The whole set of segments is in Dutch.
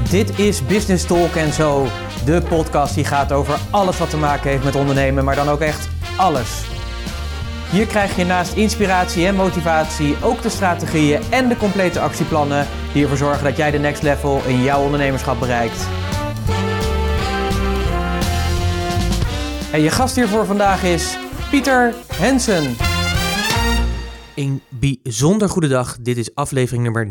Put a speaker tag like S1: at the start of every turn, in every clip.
S1: Dit is Business Talk en Zo, de podcast die gaat over alles wat te maken heeft met ondernemen, maar dan ook echt alles. Hier krijg je naast inspiratie en motivatie ook de strategieën en de complete actieplannen die ervoor zorgen dat jij de next level in jouw ondernemerschap bereikt. En je gast hiervoor vandaag is Pieter Hensen. Een bijzonder goede dag. Dit is aflevering nummer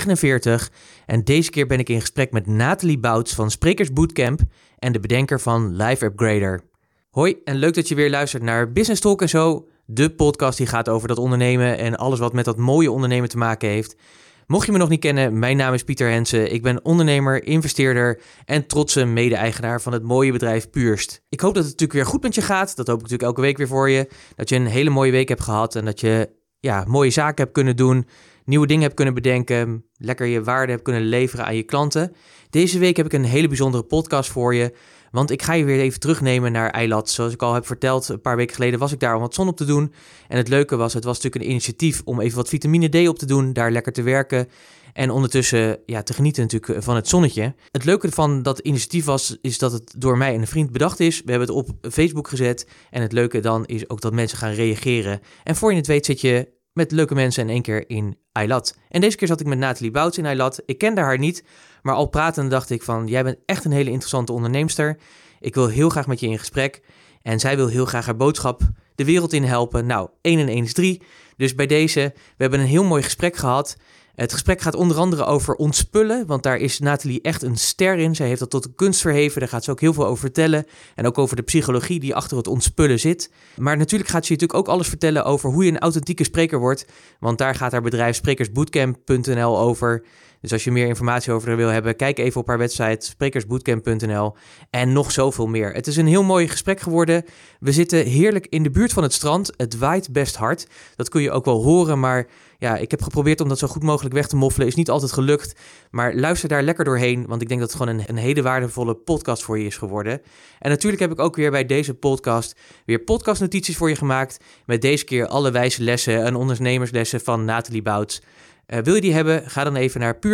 S1: 49 en deze keer ben ik in gesprek met Nathalie Bouts van Sprekers Bootcamp en de bedenker van Life Upgrader. Hoi en leuk dat je weer luistert naar Business Talk en Zo, de podcast die gaat over dat ondernemen en alles wat met dat mooie ondernemen te maken heeft. Mocht je me nog niet kennen, mijn naam is Pieter Hensen. Ik ben ondernemer, investeerder en trotse mede-eigenaar van het mooie bedrijf Puurst. Ik hoop dat het natuurlijk weer goed met je gaat. Dat hoop ik natuurlijk elke week weer voor je. Dat je een hele mooie week hebt gehad en dat je mooie zaken hebt kunnen doen, nieuwe dingen hebt kunnen bedenken, lekker je waarde hebt kunnen leveren aan je klanten. Deze week heb ik een hele bijzondere podcast voor je, want ik ga je weer even terugnemen naar Eilat. Zoals ik al heb verteld, een paar weken geleden was ik daar om wat zon op te doen. En het leuke was, het was natuurlijk een initiatief om even wat vitamine D op te doen, daar lekker te werken. En ondertussen te genieten natuurlijk van het zonnetje. Het leuke van dat initiatief is dat het door mij en een vriend bedacht is. We hebben het op Facebook gezet. En het leuke dan is ook dat mensen gaan reageren. En voor je het weet zit je met leuke mensen in één keer in Eilat. En deze keer zat ik met Nathalie Bouts in Eilat. Ik kende haar niet, maar al pratende dacht ik van, jij bent echt een hele interessante onderneemster. Ik wil heel graag met je in gesprek. En zij wil heel graag haar boodschap de wereld in helpen. Nou, 1 en 1 is 3. Dus bij deze, we hebben een heel mooi gesprek gehad. Het gesprek gaat onder andere over ontspullen, want daar is Nathalie echt een ster in. Zij heeft dat tot de kunst verheven, daar gaat ze ook heel veel over vertellen. En ook over de psychologie die achter het ontspullen zit. Maar natuurlijk gaat ze je natuurlijk ook alles vertellen over hoe je een authentieke spreker wordt. Want daar gaat haar bedrijf sprekersbootcamp.nl over. Dus als je meer informatie over haar wil hebben, kijk even op haar website sprekersbootcamp.nl en nog zoveel meer. Het is een heel mooi gesprek geworden. We zitten heerlijk in de buurt van het strand. Het waait best hard. Dat kun je ook wel horen, maar ik heb geprobeerd om dat zo goed mogelijk weg te moffelen. Is niet altijd gelukt, maar luister daar lekker doorheen, want ik denk dat het gewoon een hele waardevolle podcast voor je is geworden. En natuurlijk heb ik ook weer bij deze podcast weer podcastnotities voor je gemaakt. Met deze keer alle wijze lessen en ondernemerslessen van Nathalie Bouts. Wil je die hebben? Ga dan even naar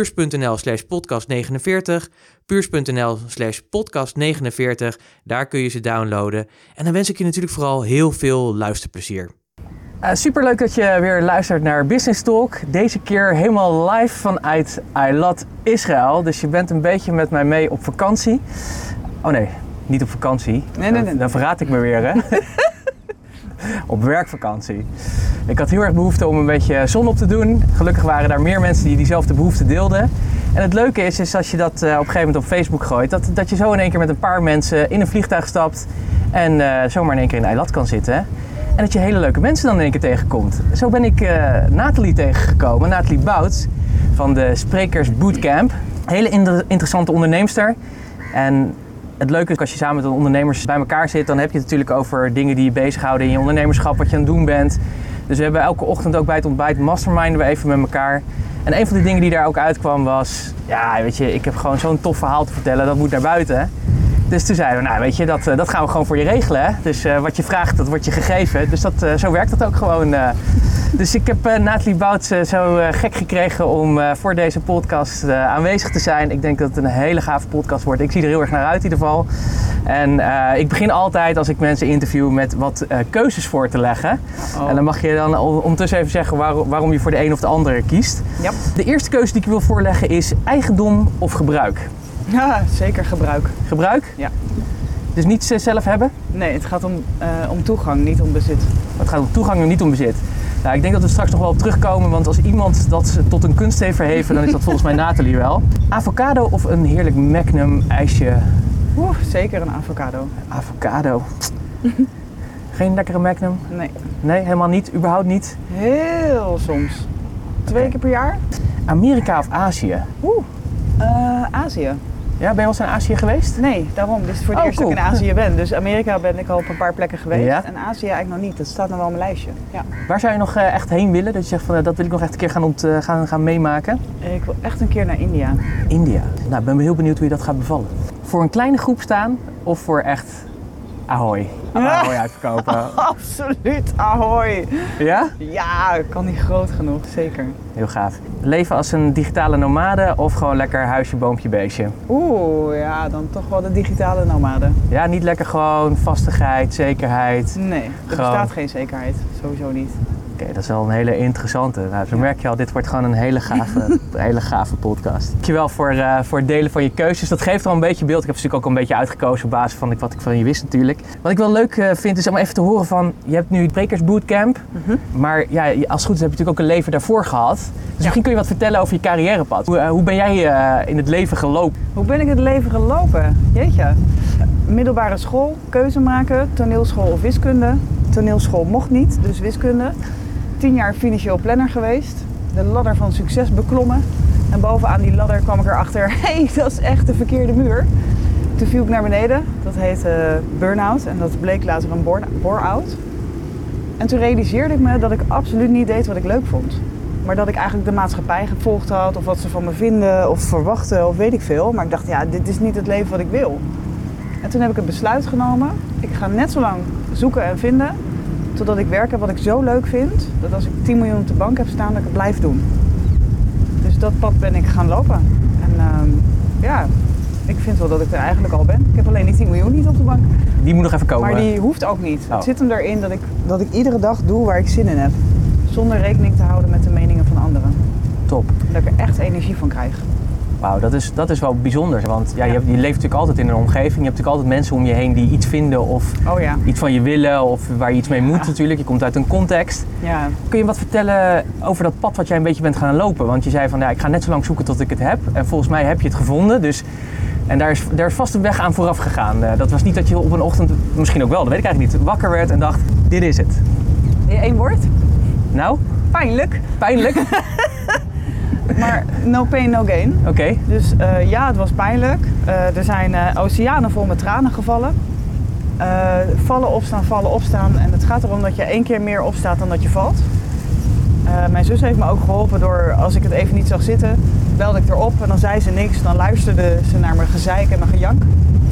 S1: puurs.nl/podcast49, puurs.nl/podcast49. Daar kun je ze downloaden. En dan wens ik je natuurlijk vooral heel veel luisterplezier. Superleuk dat je weer luistert naar Business Talk. Deze keer helemaal live vanuit Eilat, Israël. Dus je bent een beetje met mij mee op vakantie. Oh nee, niet op vakantie. Nee. Dan verraad ik me weer, hè? Op werkvakantie. Ik had heel erg behoefte om een beetje zon op te doen. Gelukkig waren daar meer mensen die diezelfde behoefte deelden. En het leuke is als je dat op een gegeven moment op Facebook gooit, dat je zo in één keer met een paar mensen in een vliegtuig stapt en zomaar in één keer in Eilat kan zitten. En dat je hele leuke mensen dan in één keer tegenkomt. Zo ben ik Nathalie tegengekomen, Nathalie Bouts van de Sprekers Bootcamp. Hele interessante onderneemster. En het leuke is, als je samen met de ondernemers bij elkaar zit, dan heb je het natuurlijk over dingen die je bezighouden in je ondernemerschap, wat je aan het doen bent. Dus we hebben elke ochtend ook bij het ontbijt masterminden we even met elkaar. En een van de dingen die daar ook uitkwam was, ik heb gewoon zo'n tof verhaal te vertellen, dat moet naar buiten. Dus toen zeiden we, dat gaan we gewoon voor je regelen. Hè? Dus wat je vraagt, dat wordt je gegeven. Dus zo werkt dat ook gewoon. Dus ik heb Nathalie Bouts zo gek gekregen om voor deze podcast aanwezig te zijn. Ik denk dat het een hele gave podcast wordt. Ik zie er heel erg naar uit in ieder geval. En ik begin altijd als ik mensen interview met wat keuzes voor te leggen. Oh. En dan mag je dan ondertussen even zeggen waarom je voor de een of de andere kiest. Yep. De eerste keuze die ik wil voorleggen is eigendom of gebruik.
S2: Ja, zeker gebruik.
S1: Gebruik?
S2: Ja.
S1: Dus niet zelf hebben?
S2: Nee, het gaat om toegang, niet om bezit.
S1: Het gaat om toegang en niet om bezit. Nou, ik denk dat we straks nog wel op terugkomen, want als iemand dat tot een kunst heeft verheven, dan is dat volgens mij Nathalie wel. Avocado of een heerlijk Magnum ijsje?
S2: Zeker een avocado.
S1: Avocado. Geen lekkere Magnum?
S2: Nee.
S1: Nee, helemaal niet? Überhaupt niet?
S2: Heel soms. 2 keer per jaar.
S1: Amerika of Azië?
S2: Azië.
S1: Ja, ben je wel eens in Azië geweest?
S2: Nee, daarom. Dit is voor het eerst dat ik in Azië ben. Dus Amerika ben ik al op een paar plekken geweest. Ja? En Azië eigenlijk nog niet. Dat staat nog wel op mijn lijstje. Ja.
S1: Waar zou je nog echt heen willen? Dat je zegt van dat wil ik nog echt een keer gaan meemaken?
S2: Ik wil echt een keer naar India.
S1: India. Nou, ik ben heel benieuwd hoe je dat gaat bevallen. Voor een kleine groep staan of voor echt
S3: Ahoy. Ahoy uitverkopen.
S2: Absoluut, ahoy.
S3: Ja?
S2: Ja, kan niet groot genoeg, zeker.
S3: Heel gaaf. Leven als een digitale nomade of gewoon lekker huisje, boompje, beestje?
S2: Ja, dan toch wel de digitale nomade.
S3: Ja, niet lekker gewoon vastigheid, zekerheid.
S2: Nee, er bestaat geen zekerheid. Sowieso niet.
S3: Oké, dat is wel een hele interessante. Nou, zo merk je al, dit wordt gewoon een hele gave podcast. Dankjewel voor het delen van je keuzes. Dat geeft al een beetje beeld. Ik heb natuurlijk ook een beetje uitgekozen op basis van wat ik van je wist natuurlijk. Wat ik wel leuk vind is om even te horen van, je hebt nu het Sprekers Bootcamp. Maar ja, als het goed is heb je natuurlijk ook een leven daarvoor gehad. Dus misschien kun je wat vertellen over je carrièrepad. Hoe ben jij in het leven gelopen?
S2: Hoe ben ik het leven gelopen? Jeetje. Middelbare school, keuze maken, toneelschool of wiskunde. Toneelschool mocht niet, dus wiskunde. 10 jaar financieel planner geweest. De ladder van succes beklommen. En bovenaan die ladder kwam ik erachter, dat is echt de verkeerde muur. Toen viel ik naar beneden. Dat heette burn-out en dat bleek later een bore-out. En toen realiseerde ik me dat ik absoluut niet deed wat ik leuk vond. Maar dat ik eigenlijk de maatschappij gevolgd had of wat ze van me vinden of verwachten of weet ik veel. Maar ik dacht, dit is niet het leven wat ik wil. En toen heb ik het besluit genomen. Ik ga net zo lang zoeken en vinden totdat ik werk heb wat ik zo leuk vind, dat als ik 10 miljoen op de bank heb staan, dat ik het blijf doen. Dus dat pad ben ik gaan lopen. En ik vind wel dat ik er eigenlijk al ben. Ik heb alleen die 10 miljoen niet op de bank.
S3: Die moet nog even komen.
S2: Maar die hoeft ook niet. Het zit hem erin dat ik iedere dag doe waar ik zin in heb. Zonder rekening te houden met de meningen van anderen.
S3: Top.
S2: Dat ik er echt energie van krijg.
S3: Wauw, dat is wel bijzonder. Want je leeft natuurlijk altijd in een omgeving. Je hebt natuurlijk altijd mensen om je heen die iets vinden of iets van je willen of waar je iets mee moet natuurlijk. Je komt uit een context.
S2: Ja.
S3: Kun je wat vertellen over dat pad wat jij een beetje bent gaan lopen? Want je zei van ik ga net zo lang zoeken tot ik het heb. En volgens mij heb je het gevonden. Dus, en daar is vast een weg aan vooraf gegaan. Dat was niet dat je op een ochtend, misschien ook wel, dat weet ik eigenlijk niet, wakker werd en dacht, dit is het.
S2: 1 woord?
S3: Nou?
S2: Pijnlijk.
S3: Pijnlijk?
S2: Maar no pain, no gain.
S3: Oké.
S2: Dus het was pijnlijk. Er zijn oceanen vol met tranen gevallen. Vallen, opstaan. En het gaat erom dat je 1 keer meer opstaat dan dat je valt. Mijn zus heeft me ook geholpen door, als ik het even niet zag zitten, belde ik erop en dan zei ze niks. Dan luisterde ze naar mijn gezeik en mijn gejank.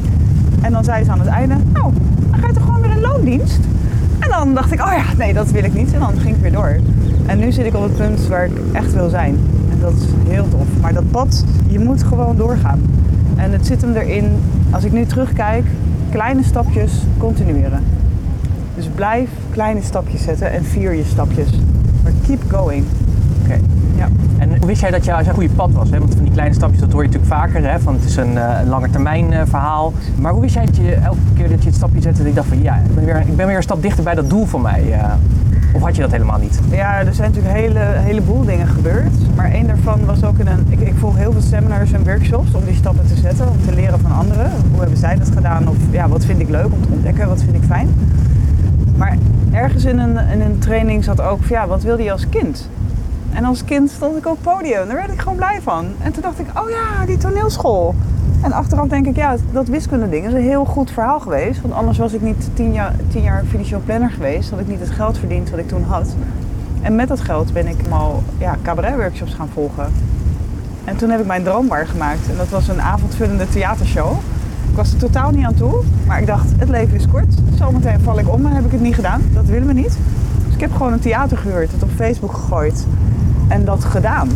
S2: En dan zei ze aan het einde, nou, dan ga je toch gewoon weer in loondienst? En dan dacht ik, nee, dat wil ik niet. En dan ging ik weer door. En nu zit ik op het punt waar ik echt wil zijn. En dat is heel tof. Maar dat pad, je moet gewoon doorgaan. En het zit hem erin, als ik nu terugkijk, kleine stapjes continueren. Dus blijf kleine stapjes zetten en vier je stapjes. Maar keep going.
S3: Oké.
S2: Ja.
S3: En hoe wist jij dat jouw goede pad was? Hè? Want van die kleine stapjes, dat hoor je natuurlijk vaker. Hè? Van het is een langetermijn verhaal. Maar hoe wist jij dat je elke keer dat je het stapje zette, dat ik dacht van ik ben weer een stap dichter bij dat doel van mij. Of had je dat helemaal niet?
S2: Ja, er zijn natuurlijk een heleboel dingen gebeurd. Maar één daarvan was ook ik volg heel veel seminars en workshops om die stappen te zetten. Om te leren van anderen. Hoe hebben zij dat gedaan? Of wat vind ik leuk om te ontdekken? Wat vind ik fijn? Maar ergens in een training zat ook van wat wilde je als kind? En als kind stond ik op het podium. Daar werd ik gewoon blij van. En toen dacht ik, die toneelschool. En achteraf denk ik, dat wiskunde ding is een heel goed verhaal geweest. Want anders was ik niet 10 jaar financieel planner geweest. Had ik niet het geld verdiend wat ik toen had. En met dat geld ben ik al cabaretworkshops gaan volgen. En toen heb ik mijn droom waargemaakt. En dat was een avondvullende theatershow. Ik was er totaal niet aan toe. Maar ik dacht, het leven is kort. Zometeen val ik om en heb ik het niet gedaan. Dat willen we niet. Dus ik heb gewoon een theater gehuurd. Het op Facebook gegooid. En dat gedaan.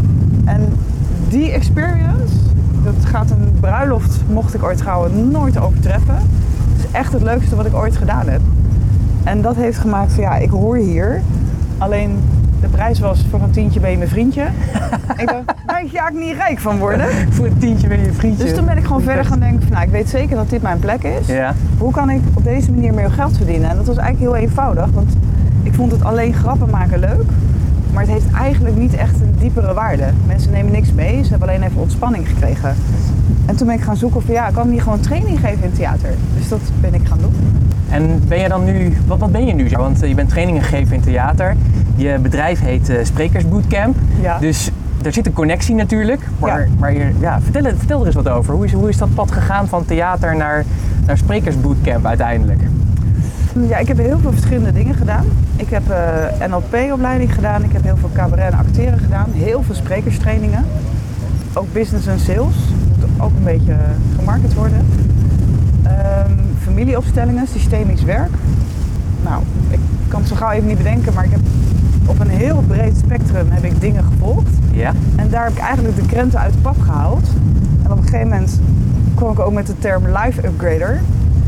S2: En die experience, dat gaat een bruiloft, mocht ik ooit trouwen, nooit overtreffen. Het is echt het leukste wat ik ooit gedaan heb. En dat heeft gemaakt van ik hoor hier. Alleen de prijs was voor een tientje ben je mijn vriendje. Ik dacht, daar ga ik niet rijk van worden.
S3: Voor een tientje ben je vriendje.
S2: Dus toen ben ik gewoon verder gaan denken van ik weet zeker dat dit mijn plek is.
S3: Ja.
S2: Hoe kan ik op deze manier meer geld verdienen? En dat was eigenlijk heel eenvoudig, want ik vond het alleen grappen maken leuk. Maar het heeft eigenlijk niet echt een diepere waarde. Mensen nemen niks mee, ze hebben alleen even ontspanning gekregen. En toen ben ik gaan zoeken van ik kan niet gewoon training geven in theater. Dus dat ben ik gaan doen.
S3: En ben je dan nu, wat ben je nu? Want je bent trainingen gegeven in theater. Je bedrijf heet Sprekers Bootcamp.
S2: Ja. Dus
S3: er zit een connectie natuurlijk. Maar vertel er eens wat over. Hoe is dat pad gegaan van theater naar Sprekers Bootcamp uiteindelijk?
S2: Ja, ik heb heel veel verschillende dingen gedaan. Ik heb NLP-opleiding gedaan. Ik heb heel veel cabaret en acteren gedaan. Heel veel sprekerstrainingen. Ook business en sales. Moet ook een beetje gemarket worden. familieopstellingen, systemisch werk. Nou, ik kan het zo gauw even niet bedenken, maar ik heb op een heel breed spectrum heb ik dingen gevolgd.
S3: Ja.
S2: En daar heb ik eigenlijk de krenten uit de pap gehaald. En op een gegeven moment kwam ik ook met de term life upgrader.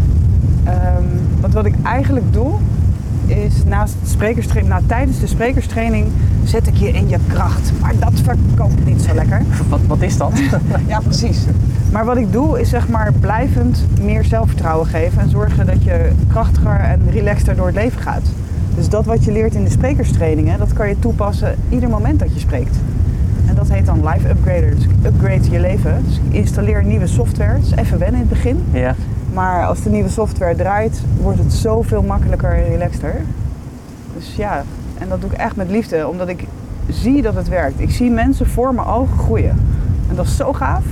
S2: Want wat ik eigenlijk doe, is tijdens de sprekerstraining zet ik je in je kracht. Maar dat verkoopt niet zo lekker.
S3: Wat is dat?
S2: Ja, precies. Maar wat ik doe is zeg maar blijvend meer zelfvertrouwen geven en zorgen dat je krachtiger en relaxter door het leven gaat. Dus dat wat je leert in de sprekerstrainingen, dat kan je toepassen ieder moment dat je spreekt. En dat heet dan life upgrader. Dus upgrade je leven. Dus installeer nieuwe software. Het is even wennen in het begin.
S3: Ja.
S2: Maar als de nieuwe software draait, wordt het zoveel makkelijker en relaxter. Dus ja, en dat doe ik echt met liefde, omdat ik zie dat het werkt. Ik zie mensen voor mijn ogen groeien. En dat is zo gaaf.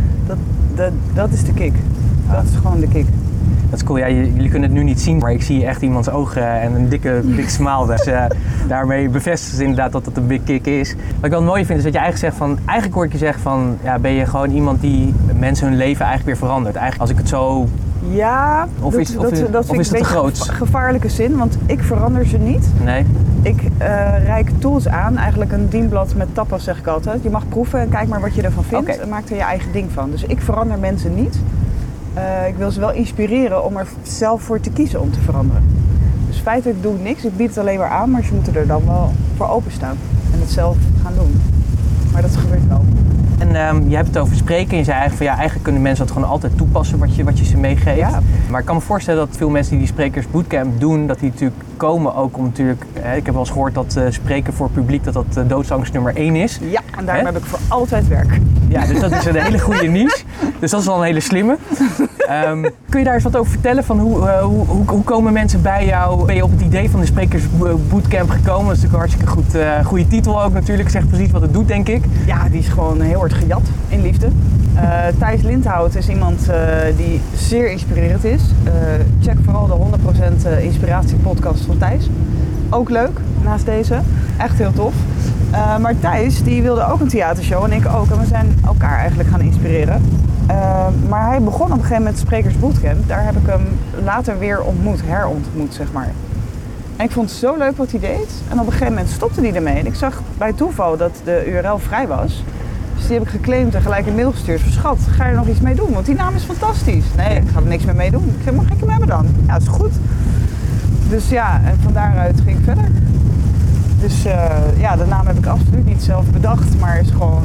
S2: Dat is de kick. Dat is gewoon de kick.
S3: Dat is cool. Ja, jullie kunnen het nu niet zien, maar ik zie echt iemands ogen en een dikke smile. Dus daarmee bevestigen ze inderdaad dat het een big kick is. Wat ik wel mooi vind is dat je eigenlijk zegt van, eigenlijk hoor ik je zeggen van, ja, ben je gewoon iemand die mensen hun leven eigenlijk weer verandert. Eigenlijk als ik het zo...
S2: Ja,
S3: Of is het te groot?
S2: Gevaarlijke zin, want ik verander ze niet.
S3: Nee.
S2: Ik reik tools aan, eigenlijk een dienblad met tapas zeg ik altijd. Je mag proeven en kijk maar wat je ervan vindt en maak er je eigen ding van. Dus ik verander mensen niet. Ik wil ze wel inspireren om er zelf voor te kiezen om te veranderen. Dus feitelijk doe ik niks, ik bied het alleen maar aan, maar ze moeten er dan wel voor openstaan en het zelf gaan doen. Maar dat gebeurt wel.
S3: En je hebt het over spreken en je zei eigenlijk van ja, eigenlijk kunnen mensen dat gewoon altijd toepassen wat je ze meegeeft. Ja. Maar ik kan me voorstellen dat veel mensen die Sprekers Bootcamp doen, dat die natuurlijk komen ook om natuurlijk, ik heb wel eens gehoord dat spreken voor publiek dat doodsangst nummer 1 is.
S2: Ja, en daarom heb ik voor altijd werk.
S3: Ja, dus dat is een hele goede niche. Dus dat is wel een hele slimme. Kun je daar eens wat over vertellen van hoe komen mensen bij jou? Ben je op het idee van de Sprekers Bootcamp gekomen? Dat is natuurlijk een hartstikke goede titel ook natuurlijk. Zegt precies wat het doet, denk ik.
S2: Ja, die is gewoon heel hard gejat in liefde. Thijs Lindhout is iemand die zeer inspirerend is. Check vooral de 100% inspiratie podcast van Thijs. Ook leuk, naast deze. Echt heel tof. Maar Thijs die wilde ook een theatershow en ik ook. En we zijn elkaar eigenlijk gaan inspireren. Maar hij begon op een gegeven moment Sprekers Bootcamp. Daar heb ik hem later weer herontmoet zeg maar. En ik vond het zo leuk wat hij deed. En op een gegeven moment stopte hij ermee. En ik zag bij toeval dat de URL vrij was. Dus die heb ik geclaimd en gelijk een mail gestuurd. Van schat, ga je er nog iets mee doen? Want die naam is fantastisch. Nee, ik ga er niks meer mee doen. Ik zei, mag ik hem hebben dan? Ja, dat is goed. Dus ja, en van daaruit ging ik verder. Dus de naam heb ik absoluut niet zelf bedacht. Maar is gewoon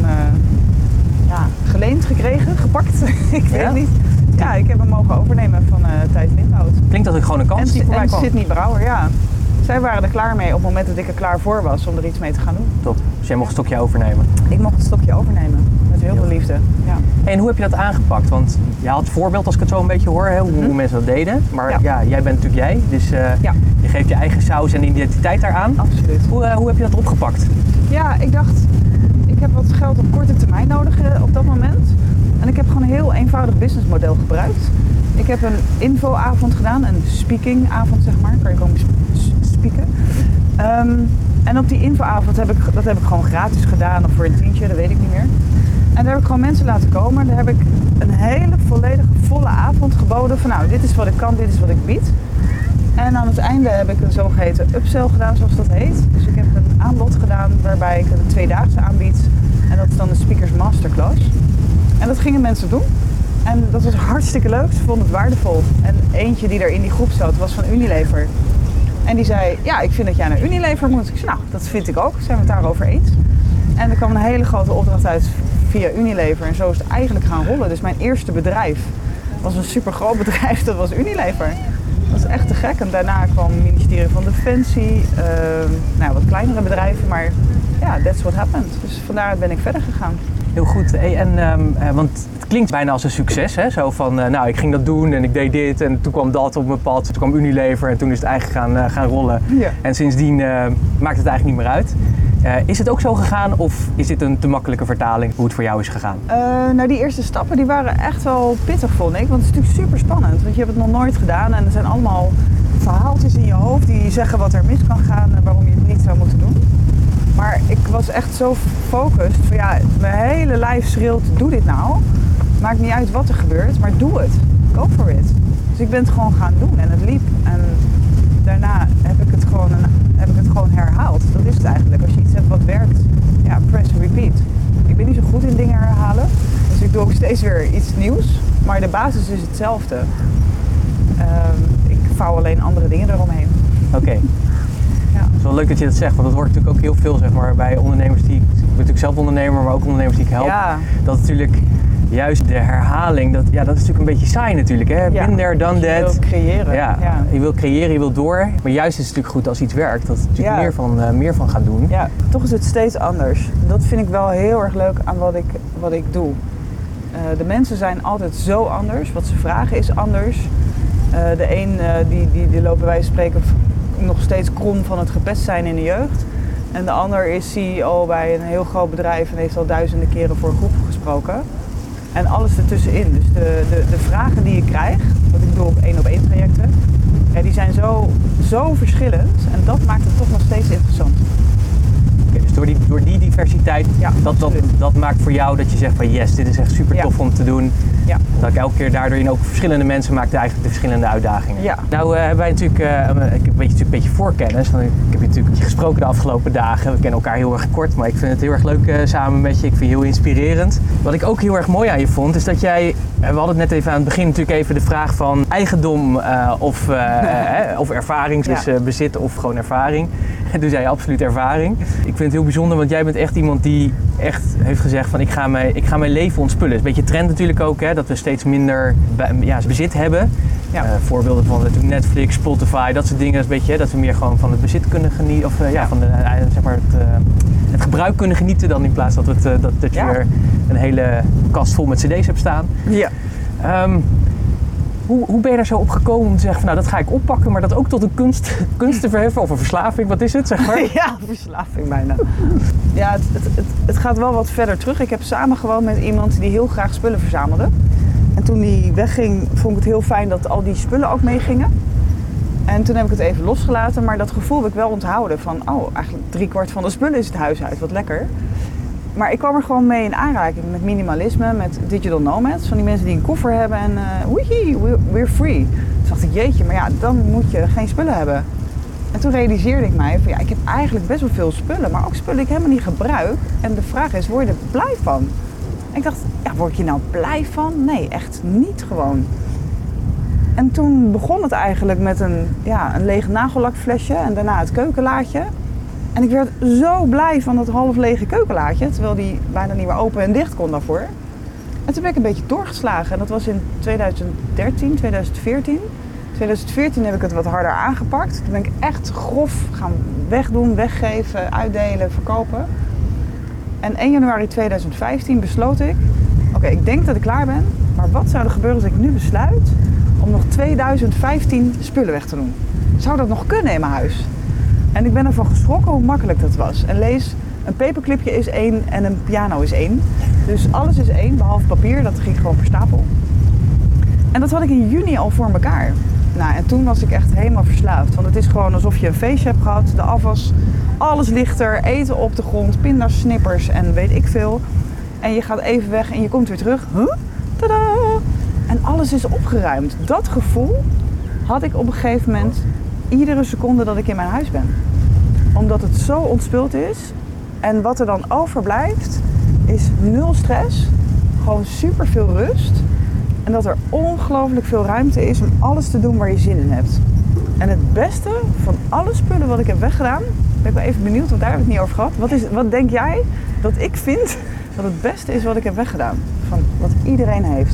S2: geleend gekregen, gepakt. Ik weet het niet. Ja, ik heb hem mogen overnemen van Thijs Lindhout.
S3: Klinkt dat ook gewoon een kans die voorbij kwam?
S2: En Sydney Brouwer, ja. Zij waren er klaar mee op het moment dat ik er klaar voor was om er iets mee te gaan doen.
S3: Top. Dus jij mocht het stokje overnemen?
S2: Ik mocht het stokje overnemen. Met heel veel liefde. Ja.
S3: En hoe heb je dat aangepakt? Want je had het voorbeeld, als ik het zo een beetje hoor, hoe mensen dat deden. Maar ja, jij bent natuurlijk jij. Dus je geeft je eigen saus en identiteit daaraan.
S2: Absoluut.
S3: Hoe heb je dat opgepakt?
S2: Ja, ik dacht, ik heb wat geld op korte termijn nodig op dat moment. En ik heb gewoon een heel eenvoudig businessmodel gebruikt. Ik heb een infoavond gedaan, een speakingavond zeg maar. Kan je gewoon spieken. En op die infoavond heb ik gewoon gratis gedaan of voor een tientje, dat weet ik niet meer. En daar heb ik gewoon mensen laten komen. Daar heb ik een hele volledige volle avond geboden van nou, dit is wat ik kan, dit is wat ik bied. En aan het einde heb ik een zogeheten upsell gedaan, zoals dat heet. Dus ik heb een aanbod gedaan waarbij ik een 2-daagse aanbied. En dat is dan de Speakers Masterclass. En dat gingen mensen doen. En dat was hartstikke leuk. Ze vonden het waardevol. En eentje die er in die groep zat was van Unilever. En die zei, ja, ik vind dat jij naar Unilever moet. Ik zei, nou, dat vind ik ook. Zijn we het daarover eens? En er kwam een hele grote opdracht uit via Unilever. En zo is het eigenlijk gaan rollen. Dus mijn eerste bedrijf was een super groot bedrijf. Dat was Unilever. Dat was echt te gek. En daarna kwam het ministerie van Defensie. Wat kleinere bedrijven. Maar ja, that's what happened. Dus vandaar ben ik verder gegaan.
S3: Heel goed. Want het klinkt bijna als een succes. Hè? Zo van, ik ging dat doen en ik deed dit en toen kwam dat op mijn pad. Toen kwam Unilever en toen is het eigenlijk gaan rollen. Ja. En sindsdien maakt het eigenlijk niet meer uit. Is het ook zo gegaan of is dit een te makkelijke vertaling hoe het voor jou is gegaan?
S2: Die eerste stappen die waren echt wel pittig, vond ik. Want het is natuurlijk super spannend. Want je hebt het nog nooit gedaan en er zijn allemaal verhaaltjes in je hoofd die zeggen wat er mis kan gaan en waarom je het niet zou moeten doen. Maar ik was echt zo gefocust van mijn hele lijf schreeuwt, doe dit nou. Maakt niet uit wat er gebeurt, maar doe het. Go for it. Dus ik ben het gewoon gaan doen en het liep. En daarna heb ik het gewoon herhaald. Dat is het eigenlijk. Als je iets hebt wat werkt, ja, press repeat. Ik ben niet zo goed in dingen herhalen. Dus ik doe ook steeds weer iets nieuws. Maar de basis is hetzelfde. Ik vouw alleen andere dingen eromheen.
S3: Oké.
S2: Ja.
S3: Het is wel leuk dat je dat zegt, want dat hoort natuurlijk ook heel veel zeg maar, bij ondernemers ik ben natuurlijk zelf ondernemer, maar ook ondernemers die ik help.
S2: Ja.
S3: Dat natuurlijk juist de herhaling, dat is natuurlijk een beetje saai natuurlijk. Hè?
S2: Ja.
S3: Been there, done that.
S2: Je wilt creëren.
S3: Ja. Je wil creëren, je wil door. Maar juist is het natuurlijk goed als iets werkt, dat je natuurlijk meer van gaat doen.
S2: Ja, toch is het steeds anders. Dat vind ik wel heel erg leuk aan wat ik doe. De mensen zijn altijd zo anders. Wat ze vragen is anders. De een die loopt bij wijze van spreken nog steeds krom van het gepest zijn in de jeugd. En de ander is CEO bij een heel groot bedrijf en heeft al duizenden keren voor groepen gesproken. En alles ertussenin. Dus de vragen die je krijgt, wat ik doe op 1-op-1 trajecten, ja, die zijn zo verschillend. En dat maakt het toch nog steeds interessant.
S3: Okay, dus door die diversiteit,
S2: ja,
S3: dat maakt voor jou dat je zegt van yes, dit is echt super tof om te doen.
S2: Ja.
S3: Dat ik elke keer daardoor ook verschillende mensen maakte eigenlijk de verschillende uitdagingen.
S2: Ja.
S3: Nou hebben wij natuurlijk, ik heb natuurlijk een beetje voorkennis. Want ik heb je natuurlijk gesproken de afgelopen dagen. We kennen elkaar heel erg kort, maar ik vind het heel erg leuk samen met je. Ik vind je heel inspirerend. Wat ik ook heel erg mooi aan je vond, is dat jij, we hadden het net even aan het begin natuurlijk even de vraag van eigendom of ervaring, dus bezit of gewoon ervaring. En toen zei je absoluut ervaring. Ik vind het heel bijzonder, want jij bent echt iemand die echt heeft gezegd van ik ga mijn leven ontspullen. Het is een beetje trend natuurlijk ook, hè, dat we steeds minder bezit hebben. Ja. Voorbeelden van Netflix, Spotify, dat soort dingen. Dat is een beetje, dat we meer gewoon van het bezit kunnen genieten. Of van zeg maar het gebruik kunnen genieten dan in plaats dat je weer een hele kast vol met cd's hebt staan.
S2: Ja.
S3: Hoe ben je daar zo op gekomen om te zeggen van nou dat ga ik oppakken, maar dat ook tot een kunst te verheffen of een verslaving? Wat is het, zeg maar?
S2: Ja, verslaving bijna. Ja, het gaat wel wat verder terug. Ik heb samen gewoond met iemand die heel graag spullen verzamelde. En toen die wegging, vond ik het heel fijn dat al die spullen ook meegingen. En toen heb ik het even losgelaten, maar dat gevoel heb ik wel onthouden van eigenlijk 3/4 van de spullen is het huis uit, wat lekker. Maar ik kwam er gewoon mee in aanraking met minimalisme, met digital nomads. Van die mensen die een koffer hebben en we're free. Toen dacht ik, jeetje, maar ja, dan moet je geen spullen hebben. En toen realiseerde ik mij van ik heb eigenlijk best wel veel spullen, maar ook spullen die ik helemaal niet gebruik. En de vraag is, word je er blij van? En ik dacht, word je nou blij van? Nee, echt niet gewoon. En toen begon het eigenlijk met een leeg nagellakflesje en daarna het keukenlaadje. En ik werd zo blij van dat half lege keukenlaadje, terwijl die bijna niet meer open en dicht kon daarvoor. En toen ben ik een beetje doorgeslagen en dat was in 2013, 2014. In 2014 heb ik het wat harder aangepakt. Toen ben ik echt grof gaan wegdoen, weggeven, uitdelen, verkopen. En 1 januari 2015 besloot ik, ik denk dat ik klaar ben, maar wat zou er gebeuren als ik nu besluit om nog 2015 spullen weg te doen? Zou dat nog kunnen in mijn huis? En ik ben ervan geschrokken hoe makkelijk dat was. En lees, een paperclipje is 1 en een piano is 1. Dus alles is 1, behalve papier, dat ging gewoon per stapel. En dat had ik in juni al voor elkaar. Nou, en toen was ik echt helemaal verslaafd. Want het is gewoon alsof je een feestje hebt gehad, de afwas, alles ligt er, eten op de grond, pinda's, en weet ik veel. En je gaat even weg en je komt weer terug. Huh? Tadaa! En alles is opgeruimd. Dat gevoel had ik op een gegeven moment iedere seconde dat ik in mijn huis ben. Omdat het zo ontspult is. En wat er dan overblijft is 0 stress. Gewoon super veel rust. En dat er ongelooflijk veel ruimte is om alles te doen waar je zin in hebt. En het beste van alle spullen wat ik heb weggedaan, ben ik wel even benieuwd, want daar heb ik het niet over gehad. Wat denk jij dat ik vind dat het beste is wat ik heb weggedaan? Van wat iedereen heeft.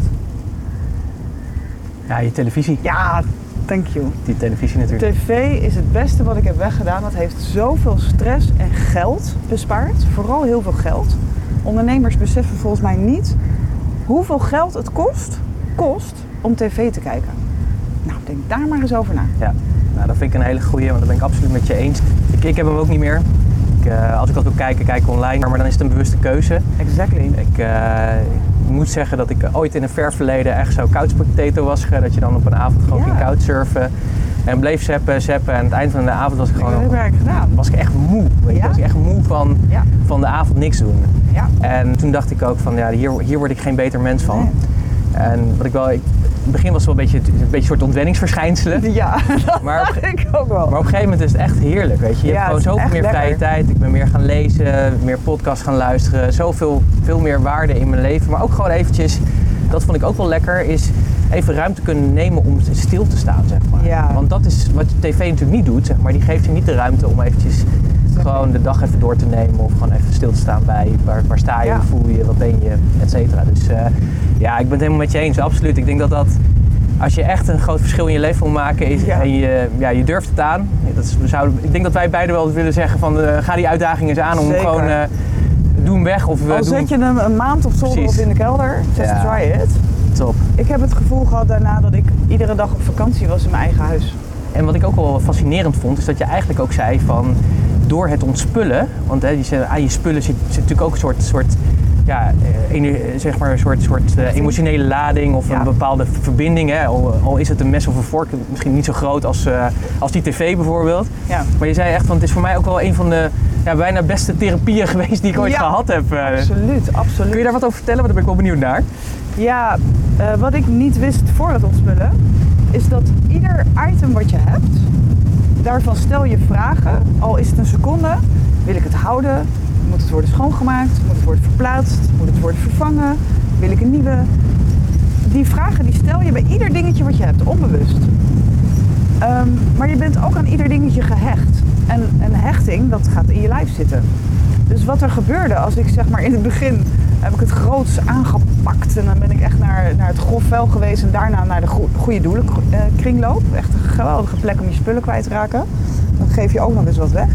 S3: Ja, je televisie.
S2: Ja, thank you.
S3: Die televisie natuurlijk.
S2: TV is het beste wat ik heb weggedaan. Dat heeft zoveel stress en geld bespaard. Vooral heel veel geld. Ondernemers beseffen volgens mij niet hoeveel geld het kost om tv te kijken. Nou, denk daar maar eens over na.
S3: Ja, nou, dat vind ik een hele goeie, want dat ben ik absoluut met je eens. Ik heb hem ook niet meer. Als ik wat wil kijken, kijk ik online. Maar dan is het een bewuste keuze.
S2: Exactly.
S3: Ik moet zeggen dat ik ooit in een ver verleden echt zo couch potato was. Dat je dan op een avond gewoon ging couchsurfen. En bleef zappen. En aan het eind van de avond was ik gewoon...
S2: Dat heb ik gedaan.
S3: Was ik echt moe. Weet je? Was ik echt moe van de avond niks doen.
S2: Ja.
S3: En toen dacht ik ook van, hier word ik geen beter mens van.
S2: Nee.
S3: En wat ik wel... het begin was het wel een beetje een soort ontwenningsverschijnselen.
S2: Ja, dat
S3: Maar
S2: ik ook wel.
S3: Maar op een gegeven moment is het echt heerlijk, weet je. Je hebt gewoon zoveel meer vrije tijd. Ik ben meer gaan lezen, meer podcasts gaan luisteren. Veel meer waarde in mijn leven. Maar ook gewoon eventjes, dat vond ik ook wel lekker, is even ruimte kunnen nemen om stil te staan, zeg maar.
S2: Ja.
S3: Want dat is wat tv natuurlijk niet doet, zeg maar. Die geeft je niet de ruimte om eventjes gewoon de dag even door te nemen of gewoon even stil te staan bij waar sta je, hoe voel je, wat ben je, et cetera. Dus ja, ik ben het helemaal met je eens, absoluut. Ik denk dat als je echt een groot verschil in je leven wil maken en je durft het aan. Ik denk dat wij beiden wel willen zeggen van ga die uitdaging eens aan om gewoon doe hem weg. Of
S2: zet je hem een maand op zolder of in de kelder, just try it.
S3: Top.
S2: Ik heb het gevoel gehad daarna dat ik iedere dag op vakantie was in mijn eigen huis.
S3: En wat ik ook wel fascinerend vond, is dat je eigenlijk ook zei van door het ontspullen, want aan je spullen zit natuurlijk ook een soort emotionele lading of een bepaalde verbinding. Hè? Al is het een mes of een vork, misschien niet zo groot als die tv bijvoorbeeld. Ja. Maar je zei echt, want het is voor mij ook wel een van de bijna beste therapieën geweest die ik ooit gehad heb.
S2: Absoluut.
S3: Kun je daar wat over vertellen? Want daar ben ik wel benieuwd naar.
S2: Ja, wat ik niet wist voor het ontspullen, is dat ieder item wat je hebt, daarvan stel je vragen, al is het een seconde, wil ik het houden? Moet het worden schoongemaakt? Moet het worden verplaatst? Moet het worden vervangen? Wil ik een nieuwe? Die vragen die stel je bij ieder dingetje wat je hebt, onbewust. Maar je bent ook aan ieder dingetje gehecht. En een hechting, dat gaat in je lijf zitten. Dus wat er gebeurde als ik zeg maar in het begin heb ik het groots aangepakt. En dan ben ik echt naar het grof vuil geweest en daarna naar de goede doelen kringloop. Echt een geweldige plek om je spullen kwijt te raken. Dan geef je ook nog eens wat weg.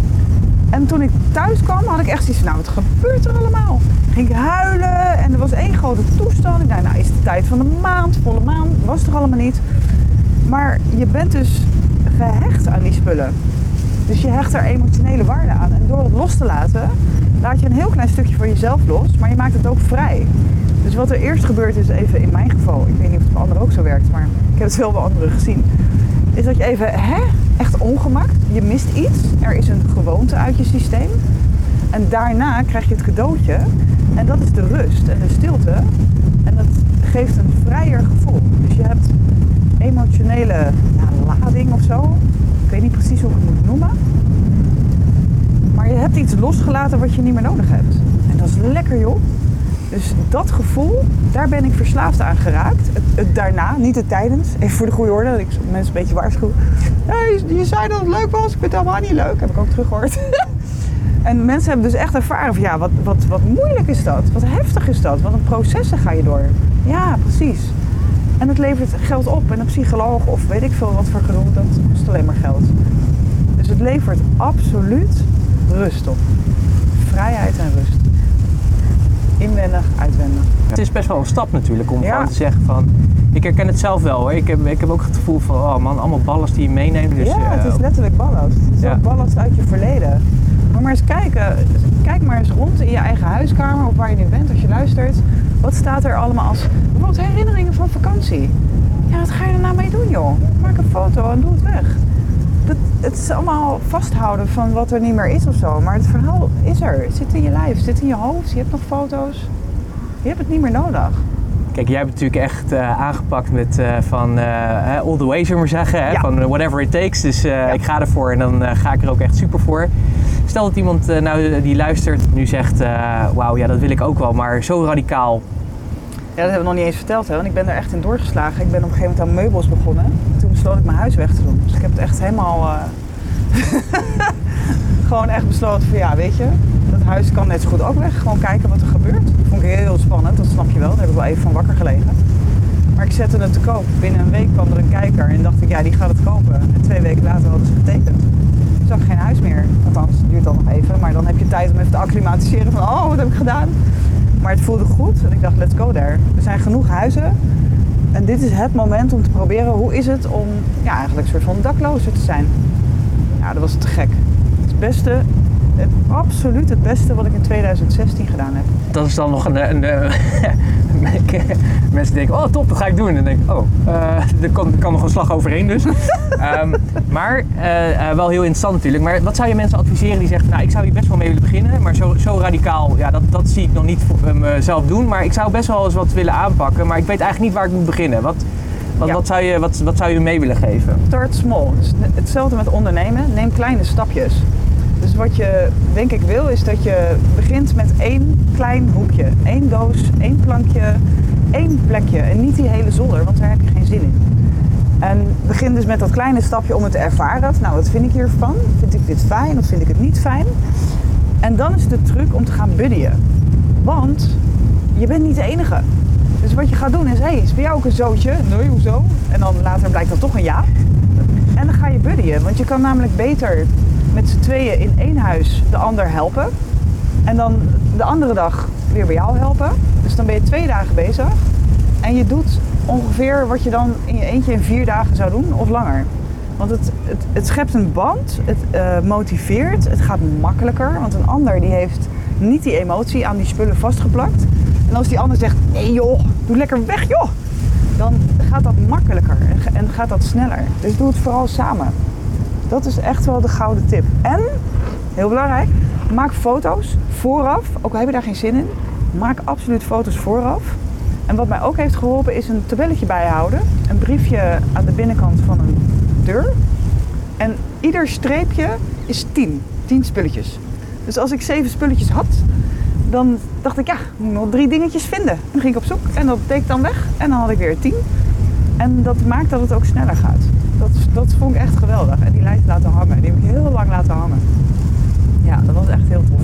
S2: En toen ik thuis kwam had ik echt zoiets van, wat gebeurt er allemaal? Ging ik huilen en er was één grote toestand. Ik dacht, is de tijd van de maand, volle maan, was er allemaal niet. Maar je bent dus gehecht aan die spullen. Dus je hecht er emotionele waarde aan. En door het los te laten, laat je een heel klein stukje van jezelf los, maar je maakt het ook vrij. Dus wat er eerst gebeurt is even in mijn geval, ik weet niet of het bij anderen ook zo werkt, maar ik heb het veel bij anderen gezien, is dat je even, echt ongemak, je mist iets, er is een gewoonte uit je systeem en daarna krijg je het cadeautje en dat is de rust en de stilte en dat geeft een vrijer gevoel. Dus je hebt emotionele lading of zo, ik weet niet precies hoe ik het moet noemen, maar je hebt iets losgelaten wat je niet meer nodig hebt en dat is lekker joh. Dus dat gevoel, daar ben ik verslaafd aan geraakt. Het daarna, niet het tijdens. Even voor de goede orde, dat ik mensen een beetje waarschuw. Hey, je zei dat het leuk was, ik vind het helemaal niet leuk. Heb ik ook teruggehoord. En mensen hebben dus echt ervaren van wat moeilijk is dat? Wat heftig is dat? Wat een processen ga je door? Ja, precies. En het levert geld op. En een psycholoog of weet ik veel wat voor gedoe, dat kost alleen maar geld. Dus het levert absoluut rust op. Vrijheid en rust. Inwendig, uitwendig.
S3: Het is best wel een stap natuurlijk om gewoon te zeggen van, ik herken het zelf wel hoor. Ik heb ook het gevoel van, oh man, allemaal ballast die je meeneemt. Dus,
S2: het is letterlijk ballast. Het is ook ballast uit je verleden. Maar eens kijken, kijk maar eens rond in je eigen huiskamer of waar je nu bent als je luistert. Wat staat er allemaal als, bijvoorbeeld herinneringen van vakantie. Ja, wat ga je er nou mee doen joh? Maak een foto en doe het weg. Het is allemaal vasthouden van wat er niet meer is of zo. Maar het verhaal is er. Het zit in je lijf, het zit in je hoofd. Je hebt nog foto's. Je hebt het niet meer nodig.
S3: Kijk, jij hebt natuurlijk echt aangepakt met all the way, zullen we maar zeggen. Hè? Van whatever it takes. Dus ik ga ervoor en dan ga ik er ook echt super voor. Stel dat iemand die luistert nu zegt, wauw, ja dat wil ik ook wel. Maar zo radicaal.
S2: Ja, dat hebben we nog niet eens verteld, hè? Want ik ben er echt in doorgeslagen. Ik ben op een gegeven moment aan meubels begonnen. Toen besloot ik mijn huis weg te doen. Dus ik heb het echt helemaal... gewoon echt besloten van weet je, dat huis kan net zo goed ook weg. Gewoon kijken wat er gebeurt. Dat vond ik heel spannend, dat snap je wel. Daar heb ik wel even van wakker gelegen. Maar ik zette het te koop. Binnen een week kwam er een kijker en dacht ik, die gaat het kopen. En 2 weken later hadden ze getekend. Ik zag geen huis meer. Althans, het duurt dan nog even. Maar dan heb je tijd om even te acclimatiseren van, wat heb ik gedaan? Maar het voelde goed en ik dacht, let's go there. Er zijn genoeg huizen. En dit is het moment om te proberen, hoe is het om eigenlijk een soort van daklozer te zijn. Ja, dat was te gek. Het beste absoluut het beste wat ik in 2016 gedaan heb.
S3: Dat is dan nog een mensen denken, oh top, dat ga ik doen. En dan denk ik, er kan nog een slag overheen dus. Maar wel heel interessant natuurlijk. Maar wat zou je mensen adviseren die zeggen, nou ik zou hier best wel mee willen beginnen. Maar zo radicaal, ja, dat zie ik nog niet voor mezelf doen. Maar ik zou best wel eens wat willen aanpakken. Maar ik weet eigenlijk niet waar ik moet beginnen. Wat zou je mee willen geven?
S2: Start small. Dus hetzelfde met ondernemen. Neem kleine stapjes. Dus wat je denk ik wil is dat je begint met 1 klein hoekje. 1 doos, 1 plankje, 1 plekje. En niet die hele zolder, want daar heb je geen zin in. En begin dus met dat kleine stapje om het te ervaren. Nou, wat vind ik hiervan? Vind ik dit fijn of vind ik het niet fijn? En dan is de truc om te gaan buddyen. Want je bent niet de enige. Dus wat je gaat doen is, is bij jou ook een zootje? Nee, hoezo? En dan later blijkt dat toch een ja. En dan ga je buddyen. Want je kan namelijk beter met z'n tweeën in 1 huis de ander helpen. En dan de andere dag weer bij jou helpen. Dus dan ben je 2 dagen bezig. En je doet ongeveer wat je dan in je eentje in 4 dagen zou doen of langer. Want het schept een band, het motiveert, het gaat makkelijker. Want een ander die heeft niet die emotie aan die spullen vastgeplakt. En als die ander zegt, nee joh, doe lekker weg joh. Dan gaat dat makkelijker en gaat dat sneller. Dus doe het vooral samen. Dat is echt wel de gouden tip. En, heel belangrijk, maak foto's vooraf. Ook al heb je daar geen zin in, maak absoluut foto's vooraf. En wat mij ook heeft geholpen is een tabelletje bijhouden. Een briefje aan de binnenkant van een deur. En ieder streepje is 10 spulletjes. Dus als ik 7 spulletjes had, dan dacht ik, ja, ik moet nog 3 dingetjes vinden. En dan ging ik op zoek en dat deed ik dan weg. En dan had ik weer 10. En dat maakt dat het ook sneller gaat. Dat vond ik echt geweldig. En die lijst laten hangen. Die heb ik heel lang laten hangen. Ja, dat was echt heel tof.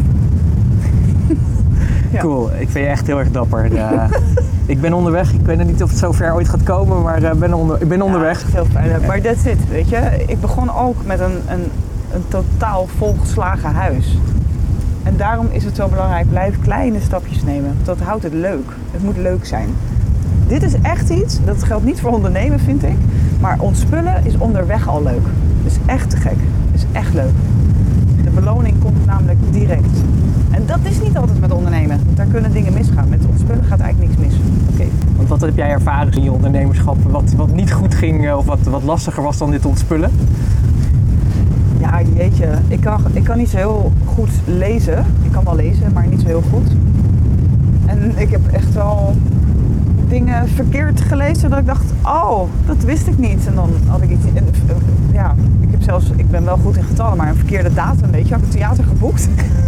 S3: Ja. Cool, ik vind je echt heel erg dapper. Ik ben onderweg. Ik weet niet of het zo ver ooit gaat komen, maar ik ben onderweg.
S2: Ja, veel fijn. Maar that's it, weet je. Ik begon ook met een totaal volgeslagen huis. En daarom is het zo belangrijk, blijf kleine stapjes nemen. Dat houdt het leuk. Het moet leuk zijn. Dit is echt iets, dat geldt niet voor ondernemen vind ik. Maar ontspullen is onderweg al leuk. Dat is echt te gek. Dat is echt leuk. De beloning komt namelijk direct. En dat is niet altijd met ondernemen. Want daar kunnen dingen misgaan. Met ontspullen gaat eigenlijk niks mis.
S3: Okay. Want wat heb jij ervaren in je ondernemerschap? Wat niet goed ging of wat lastiger was dan dit ontspullen?
S2: Ja, jeetje. Ik kan niet zo heel goed lezen. Ik kan wel lezen, maar niet zo heel goed. En ik heb echt wel dingen verkeerd gelezen dat ik dacht, oh, dat wist ik niet. En dan had ik iets. Ja, ik ben wel goed in getallen, maar een verkeerde datum, weet je. Had ik een theater geboekt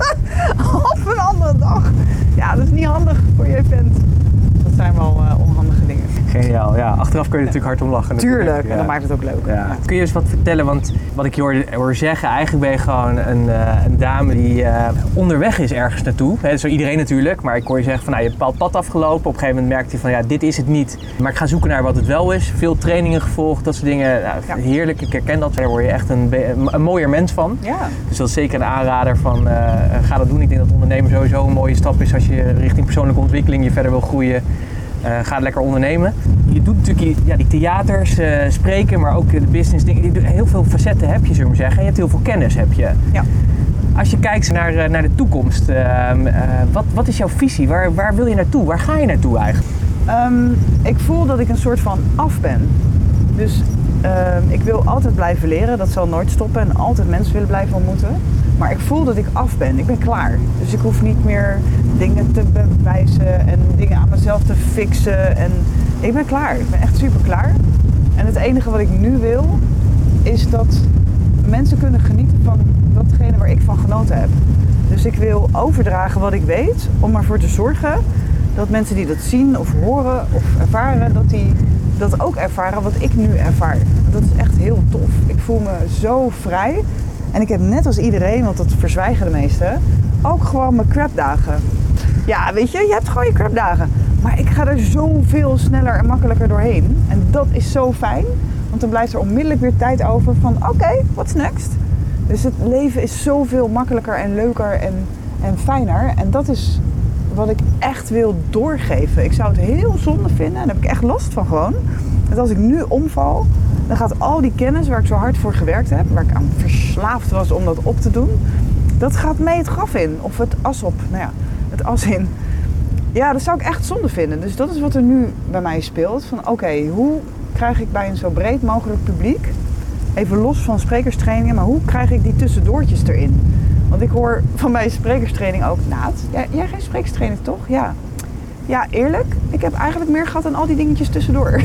S2: op een andere dag. Ja, dat is niet handig voor je event. Dat zijn wel onhandige dingen.
S3: Geniaal, ja. Achteraf kun je natuurlijk hard om lachen.
S2: Tuurlijk,
S3: ja.
S2: en dan maakt het ook leuk.
S3: Ja. Ja. Kun je eens wat vertellen? Want wat ik je hoor zeggen, eigenlijk ben je gewoon een dame die onderweg is ergens naartoe. He, zo iedereen natuurlijk, maar ik hoor je zeggen van, nou, je hebt een bepaald pad afgelopen. Op een gegeven moment merkte je van, ja, dit is het niet. Maar ik ga zoeken naar wat het wel is. Veel trainingen gevolgd, dat soort dingen. Nou, ja. Heerlijk, ik herken dat. Daar word je echt een mooier mens van.
S2: Ja.
S3: Dus dat is zeker een aanrader van, ga dat doen. Ik denk dat ondernemen sowieso een mooie stap is als je richting persoonlijke ontwikkeling je verder wil groeien. Ga lekker ondernemen. Je doet natuurlijk die theaters, spreken, maar ook de business dingen. Heel veel facetten heb je, zullen we maar zeggen. En je hebt heel veel kennis, heb je.
S2: Ja.
S3: Als je kijkt naar de toekomst, wat is jouw visie? Waar wil je naartoe? Waar ga je naartoe eigenlijk?
S2: Ik voel dat ik een soort van af ben. Dus ik wil altijd blijven leren. Dat zal nooit stoppen. En altijd mensen willen blijven ontmoeten. Maar ik voel dat ik af ben. Ik ben klaar. Dus ik hoef niet meer dingen te bewijzen en dingen aan mezelf te fixen. En ik ben klaar. Ik ben echt super klaar. En het enige wat ik nu wil, is dat mensen kunnen genieten van datgene waar ik van genoten heb. Dus ik wil overdragen wat ik weet, om ervoor te zorgen dat mensen die dat zien of horen of ervaren, dat die dat ook ervaren wat ik nu ervaar. Dat is echt heel tof. Ik voel me zo vrij. En ik heb net als iedereen, want dat verzwijgen de meesten, ook gewoon mijn crapdagen. Ja, weet je hebt gewoon je crapdagen. Maar ik ga er zoveel sneller en makkelijker doorheen. En dat is zo fijn. Want dan blijft er onmiddellijk weer tijd over van oké, what's next? Dus het leven is zoveel makkelijker en leuker en fijner. En dat is wat ik echt wil doorgeven. Ik zou het heel zonde vinden, en daar heb ik echt last van gewoon. Dat als ik nu omval, dan gaat al die kennis waar ik zo hard voor gewerkt heb, waar ik aan verslaafd was om dat op te doen, dat gaat mee het graf in. Of het as op, het as in. Ja, dat zou ik echt zonde vinden. Dus dat is wat er nu bij mij speelt. Van oké, hoe krijg ik bij een zo breed mogelijk publiek, even los van sprekerstrainingen, maar hoe krijg ik die tussendoortjes erin? Want ik hoor van mijn sprekerstraining ook, Naat, jij geen sprekerstraining toch? Ja. Ja, eerlijk, ik heb eigenlijk meer gehad aan al die dingetjes tussendoor.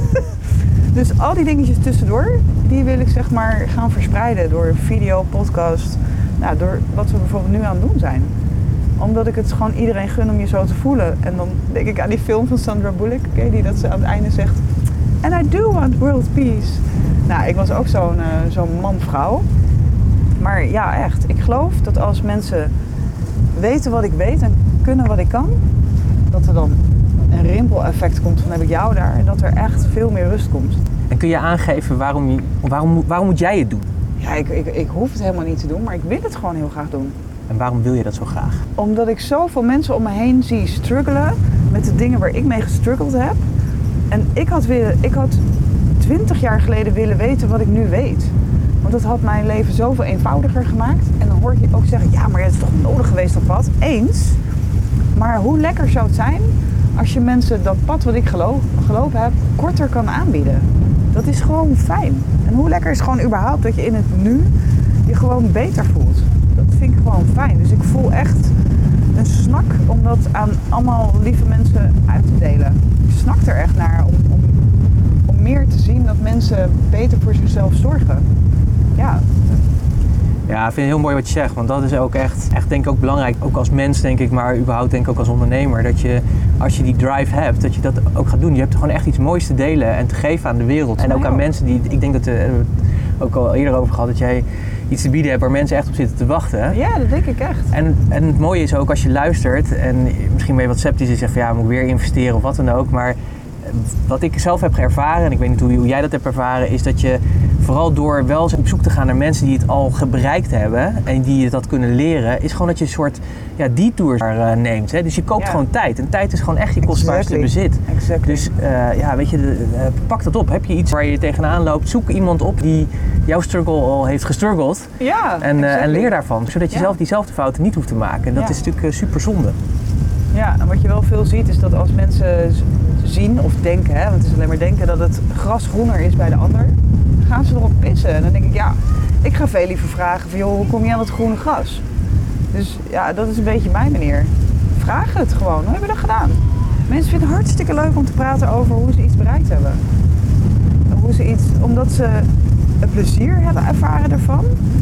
S2: Dus al die dingetjes tussendoor, die wil ik zeg maar gaan verspreiden door video, podcast, door wat we bijvoorbeeld nu aan het doen zijn. Omdat ik het gewoon iedereen gun om je zo te voelen. En dan denk ik aan die film van Sandra Bullock, die dat ze aan het einde zegt, and I do want world peace. Nou, ik was ook zo'n man-vrouw. Maar ja, echt. Ik geloof dat als mensen weten wat ik weet en kunnen wat ik kan, dat er dan een rimpel-effect komt van heb ik jou daar. En dat er echt veel meer rust komt.
S3: En kun je aangeven waarom moet jij het doen?
S2: Ja, ik hoef het helemaal niet te doen, maar ik wil het gewoon heel graag doen.
S3: En waarom wil je dat zo graag?
S2: Omdat ik zoveel mensen om me heen zie struggelen met de dingen waar ik mee gestruggeld heb. En ik had 20 jaar geleden willen weten wat ik nu weet. Want dat had mijn leven zoveel eenvoudiger gemaakt. En dan hoor ik je ook zeggen, ja, maar het is toch nodig geweest dat pad? Eens. Maar hoe lekker zou het zijn als je mensen dat pad wat ik gelopen heb, korter kan aanbieden. Dat is gewoon fijn. En hoe lekker is gewoon überhaupt dat je in het nu je gewoon beter voelt. Dat vind ik gewoon fijn. Dus ik voel echt een snak om dat aan allemaal lieve mensen uit te delen. Ik snak er echt naar om meer te zien dat mensen beter voor zichzelf zorgen. Ja.
S3: Ja, ik vind het heel mooi wat je zegt, want dat is ook echt denk ik ook belangrijk. Ook als mens denk ik, maar überhaupt denk ik ook als ondernemer. Dat je, als je die drive hebt, dat je dat ook gaat doen. Je hebt gewoon echt iets moois te delen en te geven aan de wereld. En ook aan mensen die, ik denk dat we ook al eerder over gehad, dat jij iets te bieden hebt waar mensen echt op zitten te wachten.
S2: Ja, dat denk ik echt.
S3: En het mooie is ook als je luistert en misschien ben je wat sceptisch en zegt van ja, moet ik weer investeren of wat dan ook. Maar wat ik zelf heb ervaren, en ik weet niet hoe jij dat hebt ervaren, is dat je vooral door wel op zoek te gaan naar mensen die het al bereikt hebben en die dat kunnen leren, is gewoon dat je een soort detours neemt. Hè? Dus je koopt gewoon tijd. En tijd is gewoon echt je kostbaarste bezit.
S2: Exactly.
S3: Dus weet je, pak dat op. Heb je iets waar je tegenaan loopt, zoek iemand op die jouw struggle al heeft gestruggeld.
S2: Ja,
S3: en leer daarvan. Zodat je zelf diezelfde fouten niet hoeft te maken. En dat is natuurlijk super zonde.
S2: Ja, en wat je wel veel ziet is dat als mensen zien of denken, want het is alleen maar denken dat het gras groener is bij de ander, gaan ze erop pissen. En dan denk ik, ik ga veel liever vragen van, joh, hoe kom je aan het groene gras? Dus ja, dat is een beetje mijn manier. Vraag het gewoon. Hoe heb je dat gedaan? Mensen vinden het hartstikke leuk om te praten over hoe ze iets bereikt hebben. Omdat ze het plezier hebben ervaren ervan.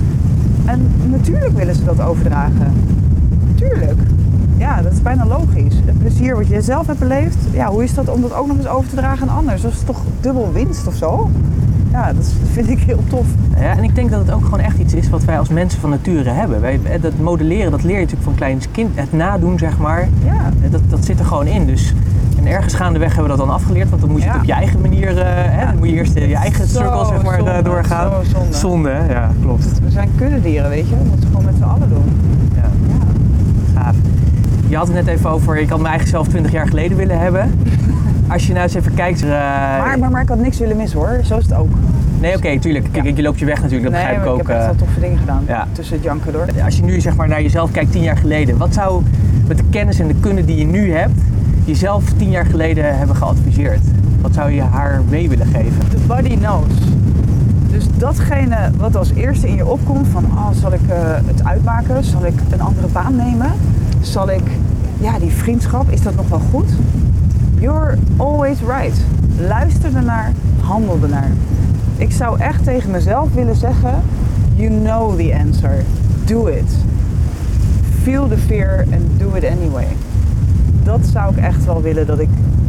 S2: En natuurlijk willen ze dat overdragen. Tuurlijk. Ja, dat is bijna logisch. Het plezier wat je zelf hebt beleefd, hoe is dat om dat ook nog eens over te dragen aan anderen? Dat is toch dubbel winst of zo? Ja, dat vind ik heel tof.
S3: Ja, en ik denk dat het ook gewoon echt iets is wat wij als mensen van nature hebben. Dat modelleren, dat leer je natuurlijk van klein kind. Het nadoen, zeg maar, dat zit er gewoon in. Dus, en ergens gaandeweg hebben we dat dan afgeleerd, want dan moet je het op je eigen manier, dan moet je eerst je eigen struggle zeg maar,
S2: zonde,
S3: doorgaan. Zonde, ja, klopt.
S2: We zijn kuddedieren, weet je. We moeten het gewoon met z'n allen doen.
S3: Ja. Gaaf. Je had het net even over, ik had mijn eigen zelf 20 jaar geleden willen hebben. Als je nou eens even kijkt...
S2: Maar ik had niks willen missen hoor, zo is het ook.
S3: Nee, oké, tuurlijk. Kijk, je loopt je weg natuurlijk, dat begrijp ik ook.
S2: Ik heb echt wel toffe dingen gedaan, tussen het janken door.
S3: Als je nu zeg maar naar jezelf kijkt 10 jaar geleden, wat zou met de kennis en de kunde die je nu hebt, jezelf 10 jaar geleden hebben geadviseerd? Wat zou je haar mee willen geven?
S2: The body knows. Dus datgene wat als eerste in je opkomt van, zal ik het uitmaken? Zal ik een andere baan nemen? Zal ik, die vriendschap, is dat nog wel goed? You're always right. Luister ernaar, handel ernaar. Ik zou echt tegen mezelf willen zeggen, you know the answer. Do it. Feel the fear and do it anyway. Dat zou ik echt wel willen dat ik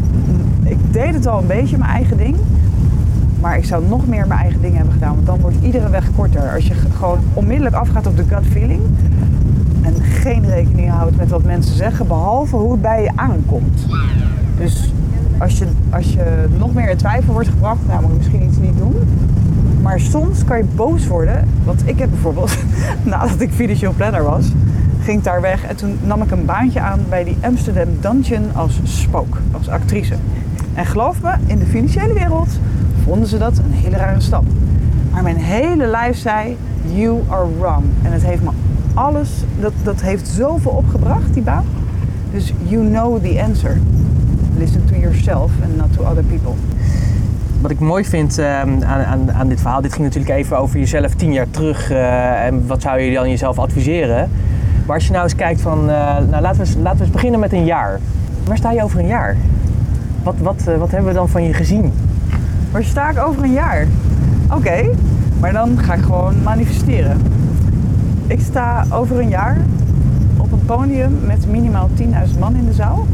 S2: deed het al een beetje mijn eigen ding. Maar ik zou nog meer mijn eigen ding hebben gedaan. Want dan wordt iedere weg korter. Als je gewoon onmiddellijk afgaat op de gut feeling. En geen rekening houdt met wat mensen zeggen. Behalve hoe het bij je aankomt. Dus als je nog meer in twijfel wordt gebracht. Nou, moet je misschien iets niet doen. Maar soms kan je boos worden. Want ik heb bijvoorbeeld, nadat ik financieel planner was, ging ik daar weg. En toen nam ik een baantje aan bij die Amsterdam Dungeon als spook. Als actrice. En geloof me, in de financiële wereld vonden ze dat een hele rare stap. Maar mijn hele lijf zei, you are wrong. En het heeft me alles, dat heeft zoveel opgebracht, die baan. Dus you know the answer. Listen to yourself and not to other people.
S3: Wat ik mooi vind aan dit verhaal, dit ging natuurlijk even over jezelf 10 jaar terug en wat zou je dan jezelf adviseren. Maar als je nou eens kijkt van, laten we eens beginnen met een jaar. Waar sta je over een jaar? Wat hebben we dan van je gezien?
S2: Waar sta ik over een jaar? Oké, maar dan ga ik gewoon manifesteren. Ik sta over een jaar op een podium met minimaal 10.000 man in de zaal.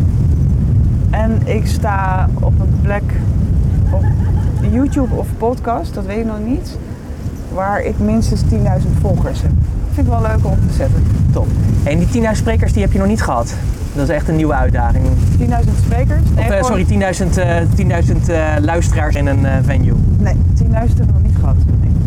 S2: En ik sta op een plek op YouTube of podcast, dat weet ik nog niet, waar ik minstens 10.000 volgers heb. Dat vind ik wel leuk om te zetten.
S3: Top. En die 10.000 sprekers die heb je nog niet gehad? Dat is echt een nieuwe uitdaging.
S2: 10.000 sprekers? Nee,
S3: sorry, 10.000 luisteraars in een venue.
S2: Nee, 10.000 hebben we nog niet gehad.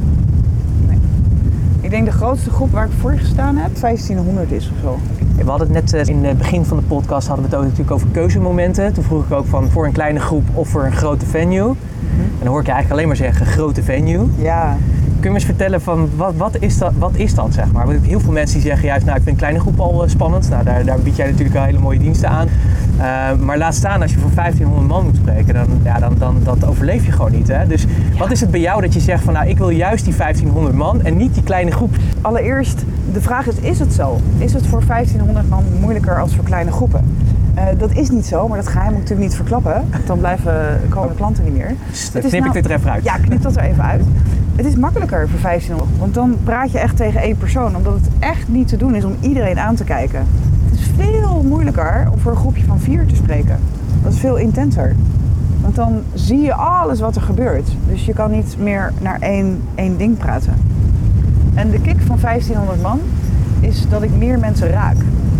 S2: Nee. Ik denk de grootste groep waar ik voor gestaan heb, 1500 is of zo.
S3: We hadden het net in het begin van de podcast hadden we het ook natuurlijk over keuzemomenten. Toen vroeg ik ook van voor een kleine groep of voor een grote venue. En dan hoor ik je eigenlijk alleen maar zeggen grote venue.
S2: Ja.
S3: Kun je me eens vertellen van wat is dat zeg maar? Want heel veel mensen die zeggen juist nou ik vind een kleine groep al spannend. Nou daar bied jij natuurlijk al hele mooie diensten aan. Maar laat staan als je voor 1500 man moet spreken, dan dat overleef je gewoon niet. Hè? Dus wat is het bij jou dat je zegt van nou ik wil juist die 1500 man en niet die kleine groep?
S2: Allereerst, de vraag is het zo? Is het voor 1500 man moeilijker als voor kleine groepen? Dat is niet zo, maar dat geheim moet ik natuurlijk niet verklappen. Want dan komen de klanten niet meer.
S3: Dus knip ik dit er even uit.
S2: Ja, knip dat er even uit. Het is makkelijker voor 1500, want dan praat je echt tegen één persoon. Omdat het echt niet te doen is om iedereen aan te kijken. Het is veel moeilijker om voor een groepje van 4 te spreken. Dat is veel intenser. Want dan zie je alles wat er gebeurt. Dus je kan niet meer naar één ding praten. En de kick van 1500 man is dat ik meer mensen raak.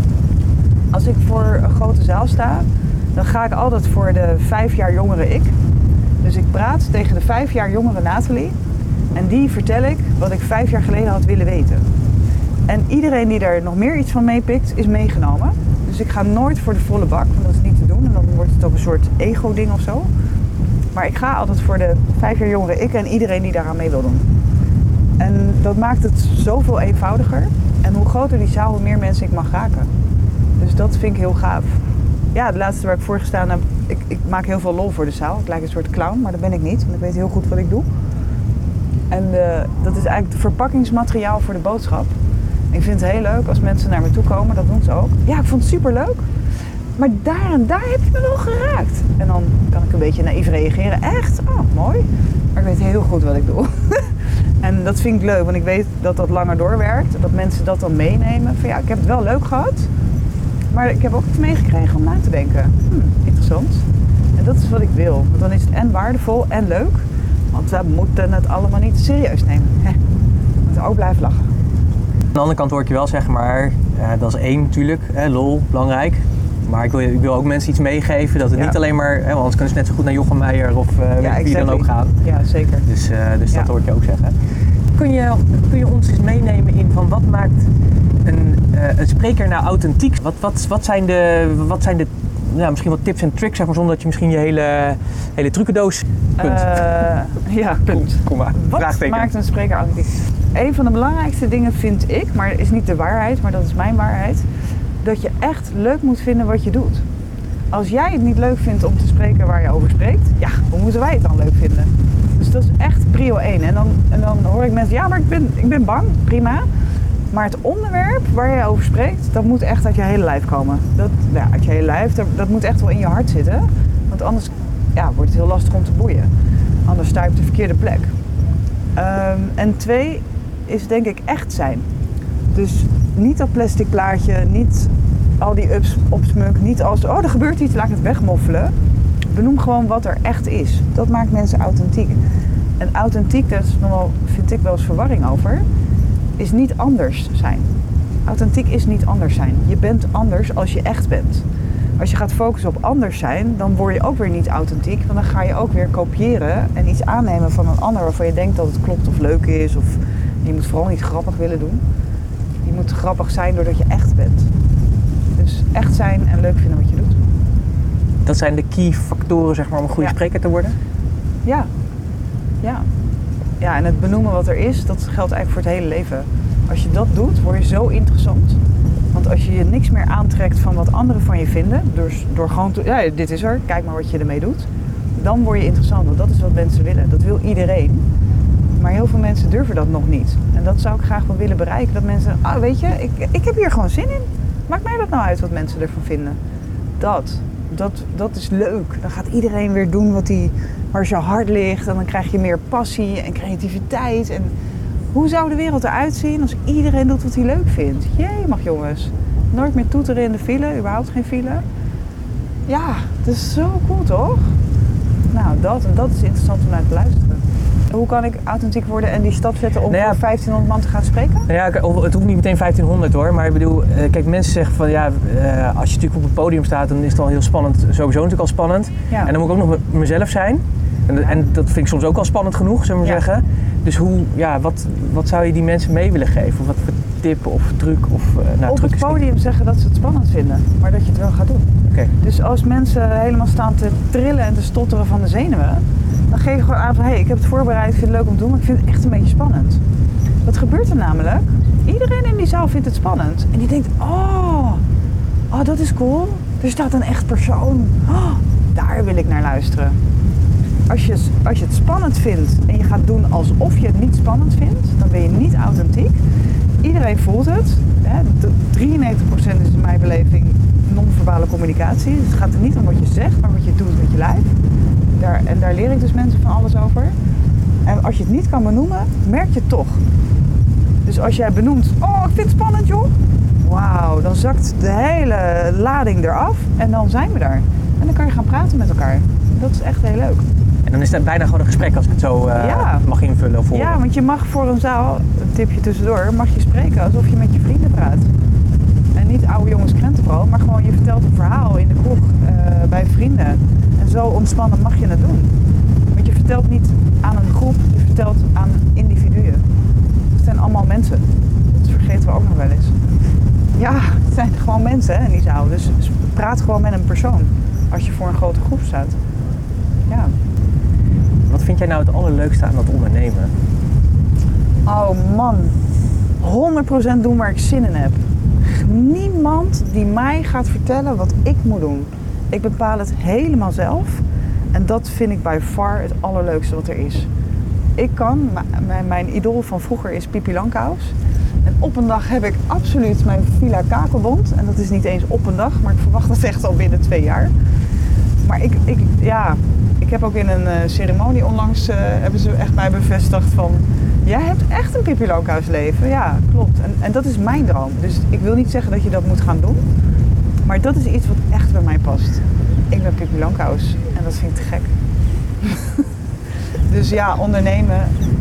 S2: Als ik voor een grote zaal sta, dan ga ik altijd voor de 5 jaar jongere ik. Dus ik praat tegen de 5 jaar jongere Nathalie. En die vertel ik wat ik 5 jaar geleden had willen weten. En iedereen die er nog meer iets van meepikt, is meegenomen. Dus ik ga nooit voor de volle bak, want dat is niet te doen. En dan wordt het ook een soort ego-ding of zo. Maar ik ga altijd voor de 5 jaar jongere ik en iedereen die daaraan mee wil doen. En dat maakt het zoveel eenvoudiger. En hoe groter die zaal, hoe meer mensen ik mag raken. Dus dat vind ik heel gaaf. Ja, de laatste waar ik voor gestaan heb, ik maak heel veel lol voor de zaal. Ik lijk een soort clown, maar dat ben ik niet, want ik weet heel goed wat ik doe. En dat is eigenlijk het verpakkingsmateriaal voor de boodschap. Ik vind het heel leuk als mensen naar me toe komen, dat doen ze ook. Ja, ik vond het superleuk. Maar daar en daar heb je me wel geraakt. En dan kan ik een beetje naïef reageren. Echt? Oh, mooi. Maar ik weet heel goed wat ik doe. En dat vind ik leuk, want ik weet dat dat langer doorwerkt. Dat mensen dat dan meenemen. Van ja, ik heb het wel leuk gehad. Maar ik heb ook iets meegekregen om na te denken. Interessant. En dat is wat ik wil. Want dan is het en waardevol en leuk. Want we moeten het allemaal niet serieus nemen. We moeten ook blijven lachen.
S3: Aan de andere kant hoor ik je wel zeggen, maar dat is één natuurlijk, lol, belangrijk. Maar ik wil ook mensen iets meegeven, dat het niet alleen maar, want anders kunnen ze net zo goed naar Jochem Meijer of wie dan ook gaan.
S2: Ja, zeker.
S3: Dus dat hoor ik je ook zeggen. Kun je ons eens meenemen in van wat maakt een spreker nou authentiek? Wat zijn de misschien wat tips en tricks, zeg maar, zonder dat je misschien je hele trucendoos kunt.
S2: Punt.
S3: Kom maar.
S2: Wat maakt een spreker authentiek? Een van de belangrijkste dingen vind ik, maar het is niet de waarheid, maar dat is mijn waarheid, dat je echt leuk moet vinden wat je doet. Als jij het niet leuk vindt om te spreken waar je over spreekt, ja, hoe moeten wij het dan leuk vinden? Dus dat is echt prio 1. En dan hoor ik mensen, ja, maar ik ben bang, prima. Maar het onderwerp waar je over spreekt, dat moet echt uit je hele lijf komen. Uit je hele lijf, dat moet echt wel in je hart zitten. Want anders wordt het heel lastig om te boeien. Anders sta je op de verkeerde plek. En 2 is denk ik echt zijn. Dus niet dat plastic plaatje, niet al die opsmuk, niet als er gebeurt iets, laat ik het wegmoffelen. Benoem gewoon wat er echt is. Dat maakt mensen authentiek. En authentiek, daar is nog wel, vind ik wel eens verwarring over, is niet anders zijn. Authentiek is niet anders zijn. Je bent anders als je echt bent. Als je gaat focussen op anders zijn, dan word je ook weer niet authentiek. Want dan ga je ook weer kopiëren en iets aannemen van een ander waarvan je denkt dat het klopt of leuk is. Of je moet vooral niet grappig willen doen. Je moet grappig zijn doordat je echt bent. Dus echt zijn en leuk vinden wat je doet.
S3: Dat zijn de key factoren, zeg maar, om een goede spreker te worden? Ja,
S2: en het benoemen wat er is, dat geldt eigenlijk voor het hele leven. Als je dat doet, word je zo interessant. Want als je je niks meer aantrekt van wat anderen van je vinden, dus door gewoon dit is er, kijk maar wat je ermee doet, dan word je interessant. Want dat is wat mensen willen. Dat wil iedereen. Maar heel veel mensen durven dat nog niet. En dat zou ik graag wel willen bereiken. Dat mensen, weet je, ik heb hier gewoon zin in. Maakt mij dat nou uit wat mensen ervan vinden? Dat is leuk. Dan gaat iedereen weer doen waar zijn hart ligt. En dan krijg je meer passie en creativiteit. En hoe zou de wereld eruit zien als iedereen doet wat hij leuk vindt? Mag jongens. Nooit meer toeteren in de file. Überhaupt geen file. Ja, dat is zo cool toch? Nou, dat is interessant om naar te luisteren. Hoe kan ik authentiek worden en die stap zetten om voor 1500 man te gaan spreken?
S3: Ja, het hoeft niet meteen 1500 hoor, maar ik bedoel, kijk, mensen zeggen van als je natuurlijk op het podium staat, dan is het al heel spannend, sowieso natuurlijk al spannend. Ja. En dan moet ik ook nog mezelf zijn. En dat vind ik soms ook al spannend genoeg, zullen we maar zeggen. Dus wat zou je die mensen mee willen geven? Of wat voor tip of truc?
S2: Op het podium zeggen dat ze het spannend vinden, maar dat je het wel gaat doen.
S3: Okay.
S2: Dus als mensen helemaal staan te trillen en te stotteren van de zenuwen, dan geef je gewoon aan van, ik heb het voorbereid, ik vind het leuk om te doen, maar ik vind het echt een beetje spannend. Wat gebeurt er namelijk? Iedereen in die zaal vindt het spannend. En die denkt, dat is cool. Er staat een echt persoon. Daar wil ik naar luisteren. Als je het spannend vindt en je gaat doen alsof je het niet spannend vindt, dan ben je niet authentiek. Iedereen voelt het. 93% is in mijn beleving non-verbale communicatie. Dus het gaat er niet om wat je zegt, maar wat je doet met je lijf. Daar leer ik dus mensen van alles over. En als je het niet kan benoemen, merk je het toch. Dus als jij benoemt, ik vind het spannend joh. Wauw, dan zakt de hele lading eraf en dan zijn we daar. En dan kan je gaan praten met elkaar. Dat is echt heel leuk.
S3: En dan is dat bijna gewoon een gesprek als ik het zo mag invullen of horen.
S2: Ja, want je mag voor een zaal, een tipje tussendoor, mag je spreken alsof je met je vrienden praat. En niet oude jongens krentenbrood, maar gewoon je vertelt een verhaal in de kroeg bij vrienden. En zo ontspannen mag je het doen. Want je vertelt niet aan een groep, je vertelt aan individuen. Het zijn allemaal mensen. Dat vergeten we ook nog wel eens. Ja, het zijn gewoon mensen in die zaal. Dus praat gewoon met een persoon als je voor een grote groep staat. Ja.
S3: Wat vind jij nou het allerleukste aan dat ondernemen?
S2: Oh man, 100% doen waar ik zin in heb. Niemand die mij gaat vertellen wat ik moet doen. Ik bepaal het helemaal zelf. En dat vind ik by far het allerleukste wat er is. Mijn idool van vroeger is Pipi Langkous. En op een dag heb ik absoluut mijn Villa Kakelbond. En dat is niet eens op een dag, maar ik verwacht dat echt al binnen 2 jaar. Maar ik heb ook in een ceremonie onlangs, hebben ze echt mij bevestigd van, jij hebt echt een Pipi Langkous leven. Ja, klopt. En dat is mijn droom. Dus ik wil niet zeggen dat je dat moet gaan doen. Maar dat is iets wat echt bij mij past. Ik ben Pipi Langkous en dat vind ik te gek. Dus ja, ondernemen,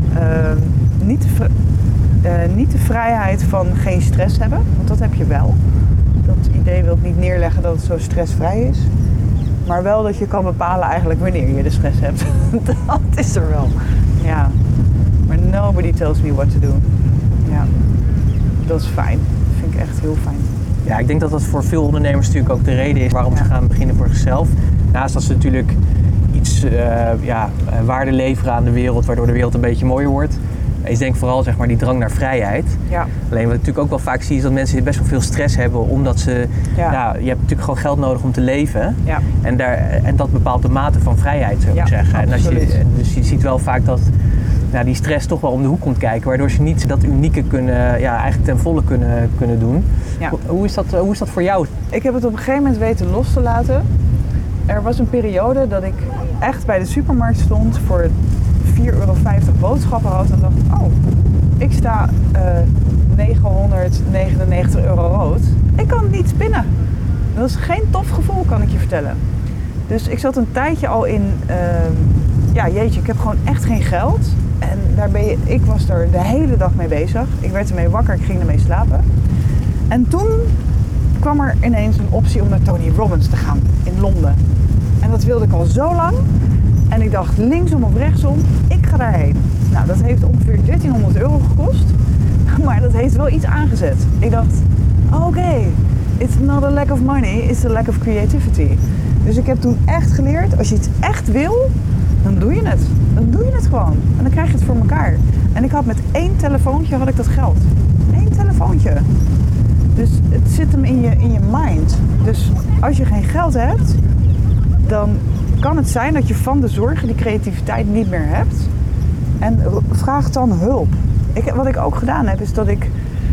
S2: niet de vrijheid van geen stress hebben, want dat heb je wel. Dat idee wil ik niet neerleggen dat het zo stressvrij is. Maar wel dat je kan bepalen eigenlijk wanneer je de stress hebt. Dat is er wel. Ja. Maar nobody tells me what to do. Ja. Dat is fijn. Dat vind ik echt heel fijn.
S3: Ja, ik denk dat dat voor veel ondernemers natuurlijk ook de reden is waarom ze gaan beginnen voor zichzelf. Naast dat ze natuurlijk iets waarde leveren aan de wereld, waardoor de wereld een beetje mooier wordt. Ik denk vooral zeg maar die drang naar vrijheid. Ja. Alleen wat ik natuurlijk ook wel vaak zie is dat mensen best wel veel stress hebben omdat ze... Ja, je hebt natuurlijk gewoon geld nodig om te leven. Ja. En dat bepaalt de mate van vrijheid, zou ik zeggen. Dus je ziet wel vaak dat die stress toch wel om de hoek komt kijken, waardoor ze niet dat unieke eigenlijk ten volle kunnen doen. Ja. Hoe is dat voor jou?
S2: Ik heb het op een gegeven moment weten los te laten. Er was een periode dat ik echt bij de supermarkt stond voor €4,50 boodschappen had en dacht, ik sta €999 rood. Ik kan niet spinnen. Dat is geen tof gevoel, kan ik je vertellen. Dus ik zat een tijdje al in, ik heb gewoon echt geen geld. En ik was er de hele dag mee bezig. Ik werd ermee wakker, ik ging ermee slapen. En toen kwam er ineens een optie om naar Tony Robbins te gaan in Londen. En dat wilde ik al zo lang. En ik dacht linksom of rechtsom, ik ga daarheen. Nou, dat heeft ongeveer €1300 gekost. Maar dat heeft wel iets aangezet. Ik dacht, oké, it's not a lack of money, it's a lack of creativity. Dus ik heb toen echt geleerd, als je iets echt wil, dan doe je het. Dan doe je het gewoon. En dan krijg je het voor elkaar. En ik had met 1 telefoontje had ik dat geld. 1 telefoontje. Dus het zit hem in je mind. Dus als je geen geld hebt, dan kan het zijn dat je van de zorgen die creativiteit niet meer hebt. En vraag dan hulp. Wat ik ook gedaan heb, is dat ik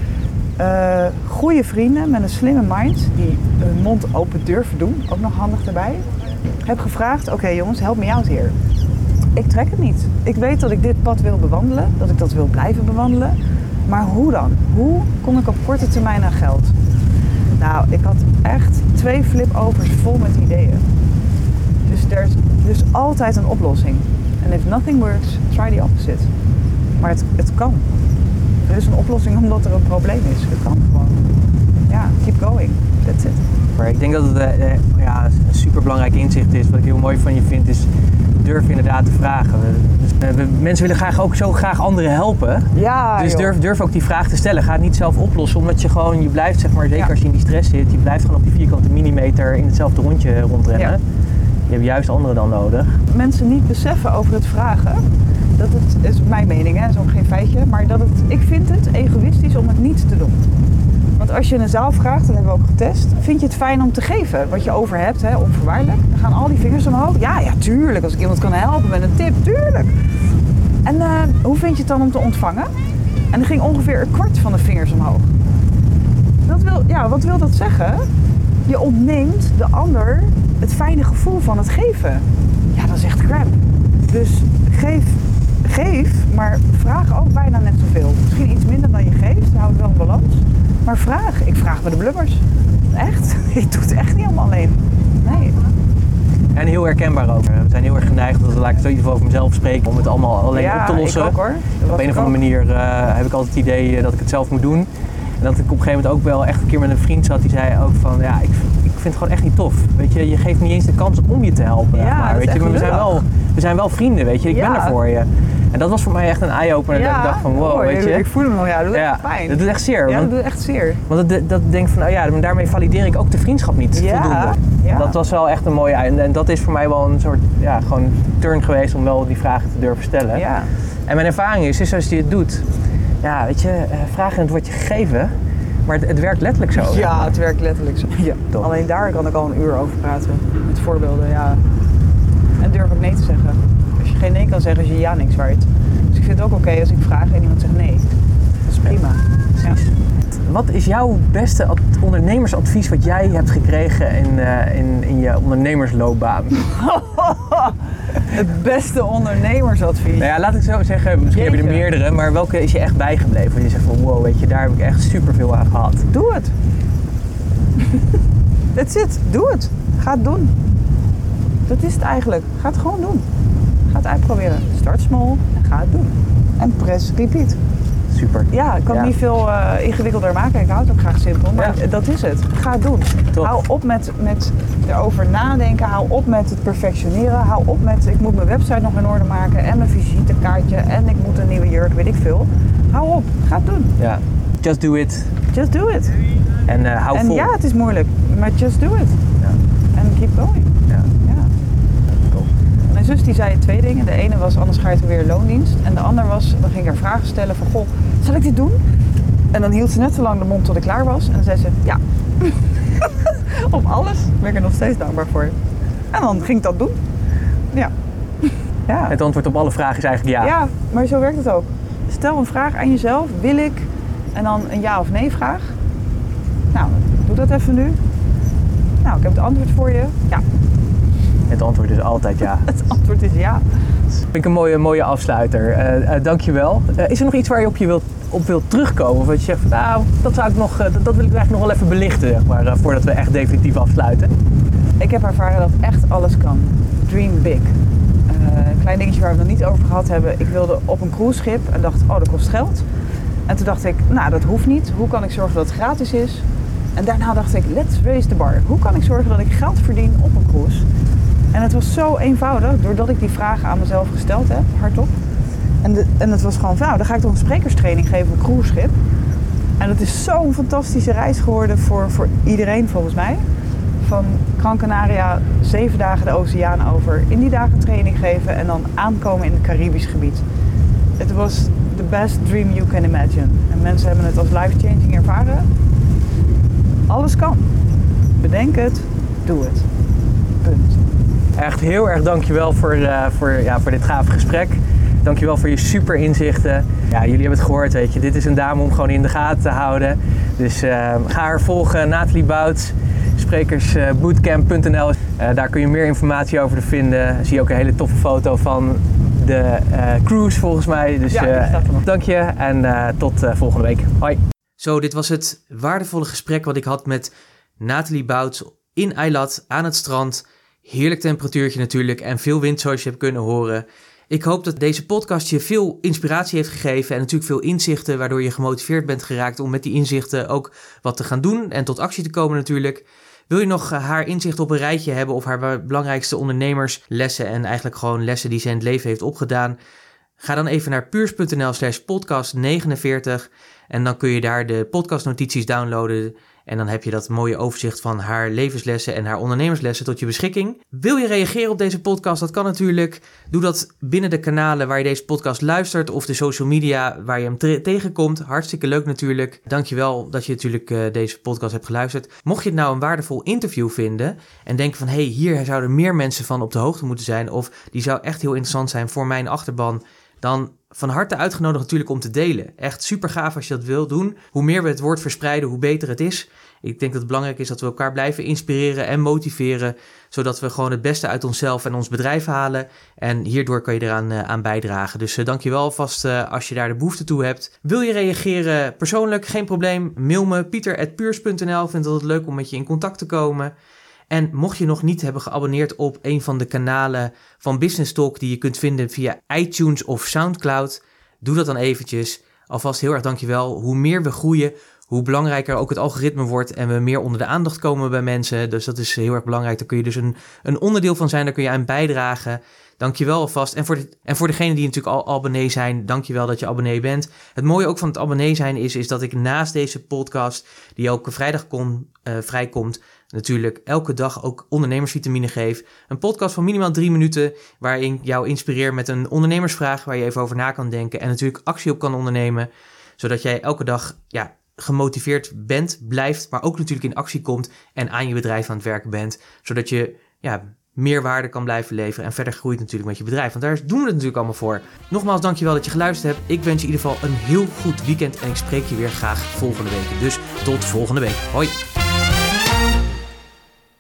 S2: goede vrienden met een slimme mind, die hun mond open durven doen, ook nog handig erbij, heb gevraagd, oké jongens, help me out hier. Ik trek het niet. Ik weet dat ik dit pad wil bewandelen, dat ik dat wil blijven bewandelen. Maar hoe dan? Hoe kom ik op korte termijn aan geld? Nou, ik had echt 2 flipovers vol met ideeën. Dus er is dus altijd een oplossing. En if nothing works, try the opposite. Maar het kan. Er is een oplossing omdat er een probleem is. Het kan gewoon. Ja, keep going. That's it.
S3: Maar ik denk dat het een superbelangrijk inzicht is. Wat ik heel mooi van je vind is, durf inderdaad te vragen. Mensen willen graag ook zo graag anderen helpen.
S2: Ja,
S3: dus durf ook die vraag te stellen. Ga het niet zelf oplossen, omdat je blijft, zeg maar, zeker als je in die stress zit, je blijft gewoon op die vierkante millimeter in hetzelfde rondje rondrennen. Ja. Je hebt juist anderen dan nodig.
S2: Mensen niet beseffen over het vragen, dat het is mijn mening, hè, dat is ook geen feitje, maar ik vind het egoïstisch om het niet te doen. Want als je in een zaal vraagt, dat hebben we ook getest, vind je het fijn om te geven wat je over hebt, hè, onvoorwaardelijk. Dan gaan al die vingers omhoog. Ja, tuurlijk. Als ik iemand kan helpen met een tip, tuurlijk. En hoe vind je het dan om te ontvangen? En dan ging ongeveer 1/4 van de vingers omhoog. Wat wil dat zeggen? Je ontneemt de ander het fijne gevoel van het geven. Ja, dat is echt crap. Dus geef, maar vraag ook bijna net zoveel. Misschien iets minder dan je geeft, dan houdt het wel een balans. Maar vraag. Ik vraag bij de blubbers. Echt. Ik doe het echt niet allemaal alleen. Nee.
S3: En heel herkenbaar ook. We zijn heel erg geneigd, laat ik het zo in ieder geval over mezelf spreken, om het allemaal alleen op te lossen.
S2: Ja, ik ook hoor.
S3: Op een of andere manier heb ik altijd het idee dat ik het zelf moet doen. En dat ik op een gegeven moment ook wel echt een keer met een vriend zat die zei ook van, ja, ik vind het gewoon echt niet tof. Weet je geeft niet eens de kans om je te helpen.
S2: Ja,
S3: maar, weet je, maar we zijn wel vrienden, weet je. Ik ben er voor je. En dat was voor mij echt een eye-opener. Dat ik dacht van, wow, weet je.
S2: Ik voel hem nog, dat doet echt pijn.
S3: Dat doet echt zeer.
S2: Ja, dat doet echt zeer.
S3: Want dat denk van, daarmee valideer ik ook de vriendschap niet voldoende. Ja. Dat was wel echt een mooie en dat is voor mij wel een soort, gewoon turn geweest om wel die vragen te durven stellen.
S2: Ja.
S3: En mijn ervaring is als je het doet, weet je, vragen en het wordt je gegeven. Maar het werkt letterlijk zo.
S2: Ja, het werkt letterlijk zo. Ja. Alleen daar kan ik al een uur over praten. Met voorbeelden, ja. En durf ook nee te zeggen. Als je geen nee kan zeggen, is je ja niks waard. Dus ik vind het ook oké als ik vraag en iemand zegt nee. Dat is prima. Ja.
S3: Wat is jouw beste ondernemersadvies wat jij hebt gekregen in je ondernemersloopbaan?
S2: Het beste ondernemersadvies?
S3: Nou ja, laat ik zo zeggen, misschien heb je er meerdere, maar welke is je echt bijgebleven? Want je zegt van wow, weet je, daar heb ik echt superveel aan gehad.
S2: Doe het. That's it. Doe het. Ga het doen. Dat is het eigenlijk. Ga het gewoon doen. Ga het uitproberen. Start small en ga het doen. En press repeat.
S3: Super.
S2: Ja, ik kan het niet veel ingewikkelder maken. Ik hou het ook graag simpel, maar dat is het. Ga het doen. Top. Hou op met erover nadenken. Hou op met het perfectioneren. Hou op met ik moet mijn website nog in orde maken en mijn visitekaartje en ik moet een nieuwe jurk, weet ik veel. Hou op. Ga het doen.
S3: Ja. Just do it.
S2: Just do it.
S3: En hou vol.
S2: En ja, het is moeilijk, maar just do it.
S3: Ja.
S2: En keep going.
S3: Ja.
S2: Cool. Mijn zus die zei 2 dingen. De ene was, anders ga je weer loondienst. En de ander was, dan ging ik haar vragen stellen van, goh, zal ik dit doen? En dan hield ze net zo lang de mond tot ik klaar was. En dan zei ze, ja. Op alles. Daar ben ik er nog steeds dankbaar voor. En dan ging ik dat doen. Ja.
S3: Het antwoord op alle vragen is eigenlijk ja.
S2: Ja, maar zo werkt het ook. Stel een vraag aan jezelf. Wil ik? En dan een ja of nee vraag. Nou, doe dat even nu. Nou, ik heb het antwoord voor je. Ja.
S3: Het antwoord is altijd ja.
S2: Het antwoord is ja.
S3: Dat vind ik een mooie afsluiter. Dankjewel. Is er nog iets waar je op wilt terugkomen? Of dat je zegt van, nou, dat wil ik eigenlijk nog wel even belichten, zeg maar, voordat we echt definitief afsluiten.
S2: Ik heb ervaren dat echt alles kan. Dream big. Een klein dingetje waar we het nog niet over gehad hebben. Ik wilde op een cruiseschip en dacht, oh, dat kost geld. En toen dacht ik, nou, dat hoeft niet. Hoe kan ik zorgen dat het gratis is? En daarna dacht ik, let's raise the bar. Hoe kan ik zorgen dat ik geld verdien op een cruise? En het was zo eenvoudig, doordat ik die vragen aan mezelf gesteld heb, hardop. En het was gewoon van, nou, dan ga ik toch een sprekerstraining geven op een cruiseschip. En het is zo'n fantastische reis geworden voor iedereen volgens mij. Van Gran Canaria 7 dagen de oceaan over, in die dagen training geven en dan aankomen in het Caribisch gebied. Het was the best dream you can imagine. En mensen hebben het als life-changing ervaren. Alles kan. Bedenk het, doe het. Punt.
S3: Echt heel erg dankjewel voor dit gave gesprek. Dankjewel voor je super inzichten. Ja, jullie hebben het gehoord, weet je. Dit is een dame om gewoon in de gaten te houden. Dus ga haar volgen, Nathalie Bouts, sprekersbootcamp.nl. Daar kun je meer informatie over vinden. Zie je ook een hele toffe foto van de cruise volgens mij. Dus dank je en tot volgende week. Hoi.
S1: Zo, dit was het waardevolle gesprek wat ik had met Nathalie Bouts in Eilat aan het strand. Heerlijk temperatuurtje natuurlijk en veel wind zoals je hebt kunnen horen. Ik hoop dat deze podcast je veel inspiratie heeft gegeven en natuurlijk veel inzichten, waardoor je gemotiveerd bent geraakt om met die inzichten ook wat te gaan doen en tot actie te komen natuurlijk. Wil je nog haar inzicht op een rijtje hebben of haar belangrijkste ondernemerslessen en eigenlijk gewoon lessen die ze in het leven heeft opgedaan? Ga dan even naar puurs.nl/podcast49 en dan kun je daar de podcastnotities downloaden. En dan heb je dat mooie overzicht van haar levenslessen en haar ondernemerslessen tot je beschikking. Wil je reageren op deze podcast? Dat kan natuurlijk. Doe dat binnen de kanalen waar je deze podcast luistert of de social media waar je hem tegenkomt. Hartstikke leuk natuurlijk. Dankjewel dat je natuurlijk deze podcast hebt geluisterd. Mocht je het nou een waardevol interview vinden en denken van hier zouden meer mensen van op de hoogte moeten zijn of die zou echt heel interessant zijn voor mijn achterban, dan van harte uitgenodigd natuurlijk om te delen. Echt super gaaf als je dat wilt doen. Hoe meer we het woord verspreiden, hoe beter het is. Ik denk dat het belangrijk is dat we elkaar blijven inspireren en motiveren, zodat we gewoon het beste uit onszelf en ons bedrijf halen. En hierdoor kan je eraan aan bijdragen. Dus dankjewel alvast als je daar de behoefte toe hebt. Wil je reageren persoonlijk? Geen probleem. Mail me pieter@puurs.nl. Ik vind het altijd leuk om met je in contact te komen. En mocht je nog niet hebben geabonneerd op een van de kanalen van Business Talk die je kunt vinden via iTunes of Soundcloud, doe dat dan eventjes. Alvast heel erg dankjewel. Hoe meer we groeien, hoe belangrijker ook het algoritme wordt en we meer onder de aandacht komen bij mensen. Dus dat is heel erg belangrijk. Daar kun je dus een onderdeel van zijn, daar kun je aan bijdragen. Dankjewel alvast. En voor degenen die natuurlijk al abonnee zijn, dankjewel dat je abonnee bent. Het mooie ook van het abonnee zijn is dat ik naast deze podcast, die elke vrijdag vrijkomt, natuurlijk elke dag ook ondernemersvitamine geef. Een podcast van minimaal 3 minuten, waarin ik jou inspireer met een ondernemersvraag waar je even over na kan denken en natuurlijk actie op kan ondernemen, zodat jij elke dag gemotiveerd bent, blijft, maar ook natuurlijk in actie komt en aan je bedrijf aan het werken bent, zodat je meer waarde kan blijven leveren en verder groeit natuurlijk met je bedrijf. Want daar doen we het natuurlijk allemaal voor. Nogmaals, dankjewel dat je geluisterd hebt. Ik wens je in ieder geval een heel goed weekend en ik spreek je weer graag volgende week. Dus tot volgende week. Hoi!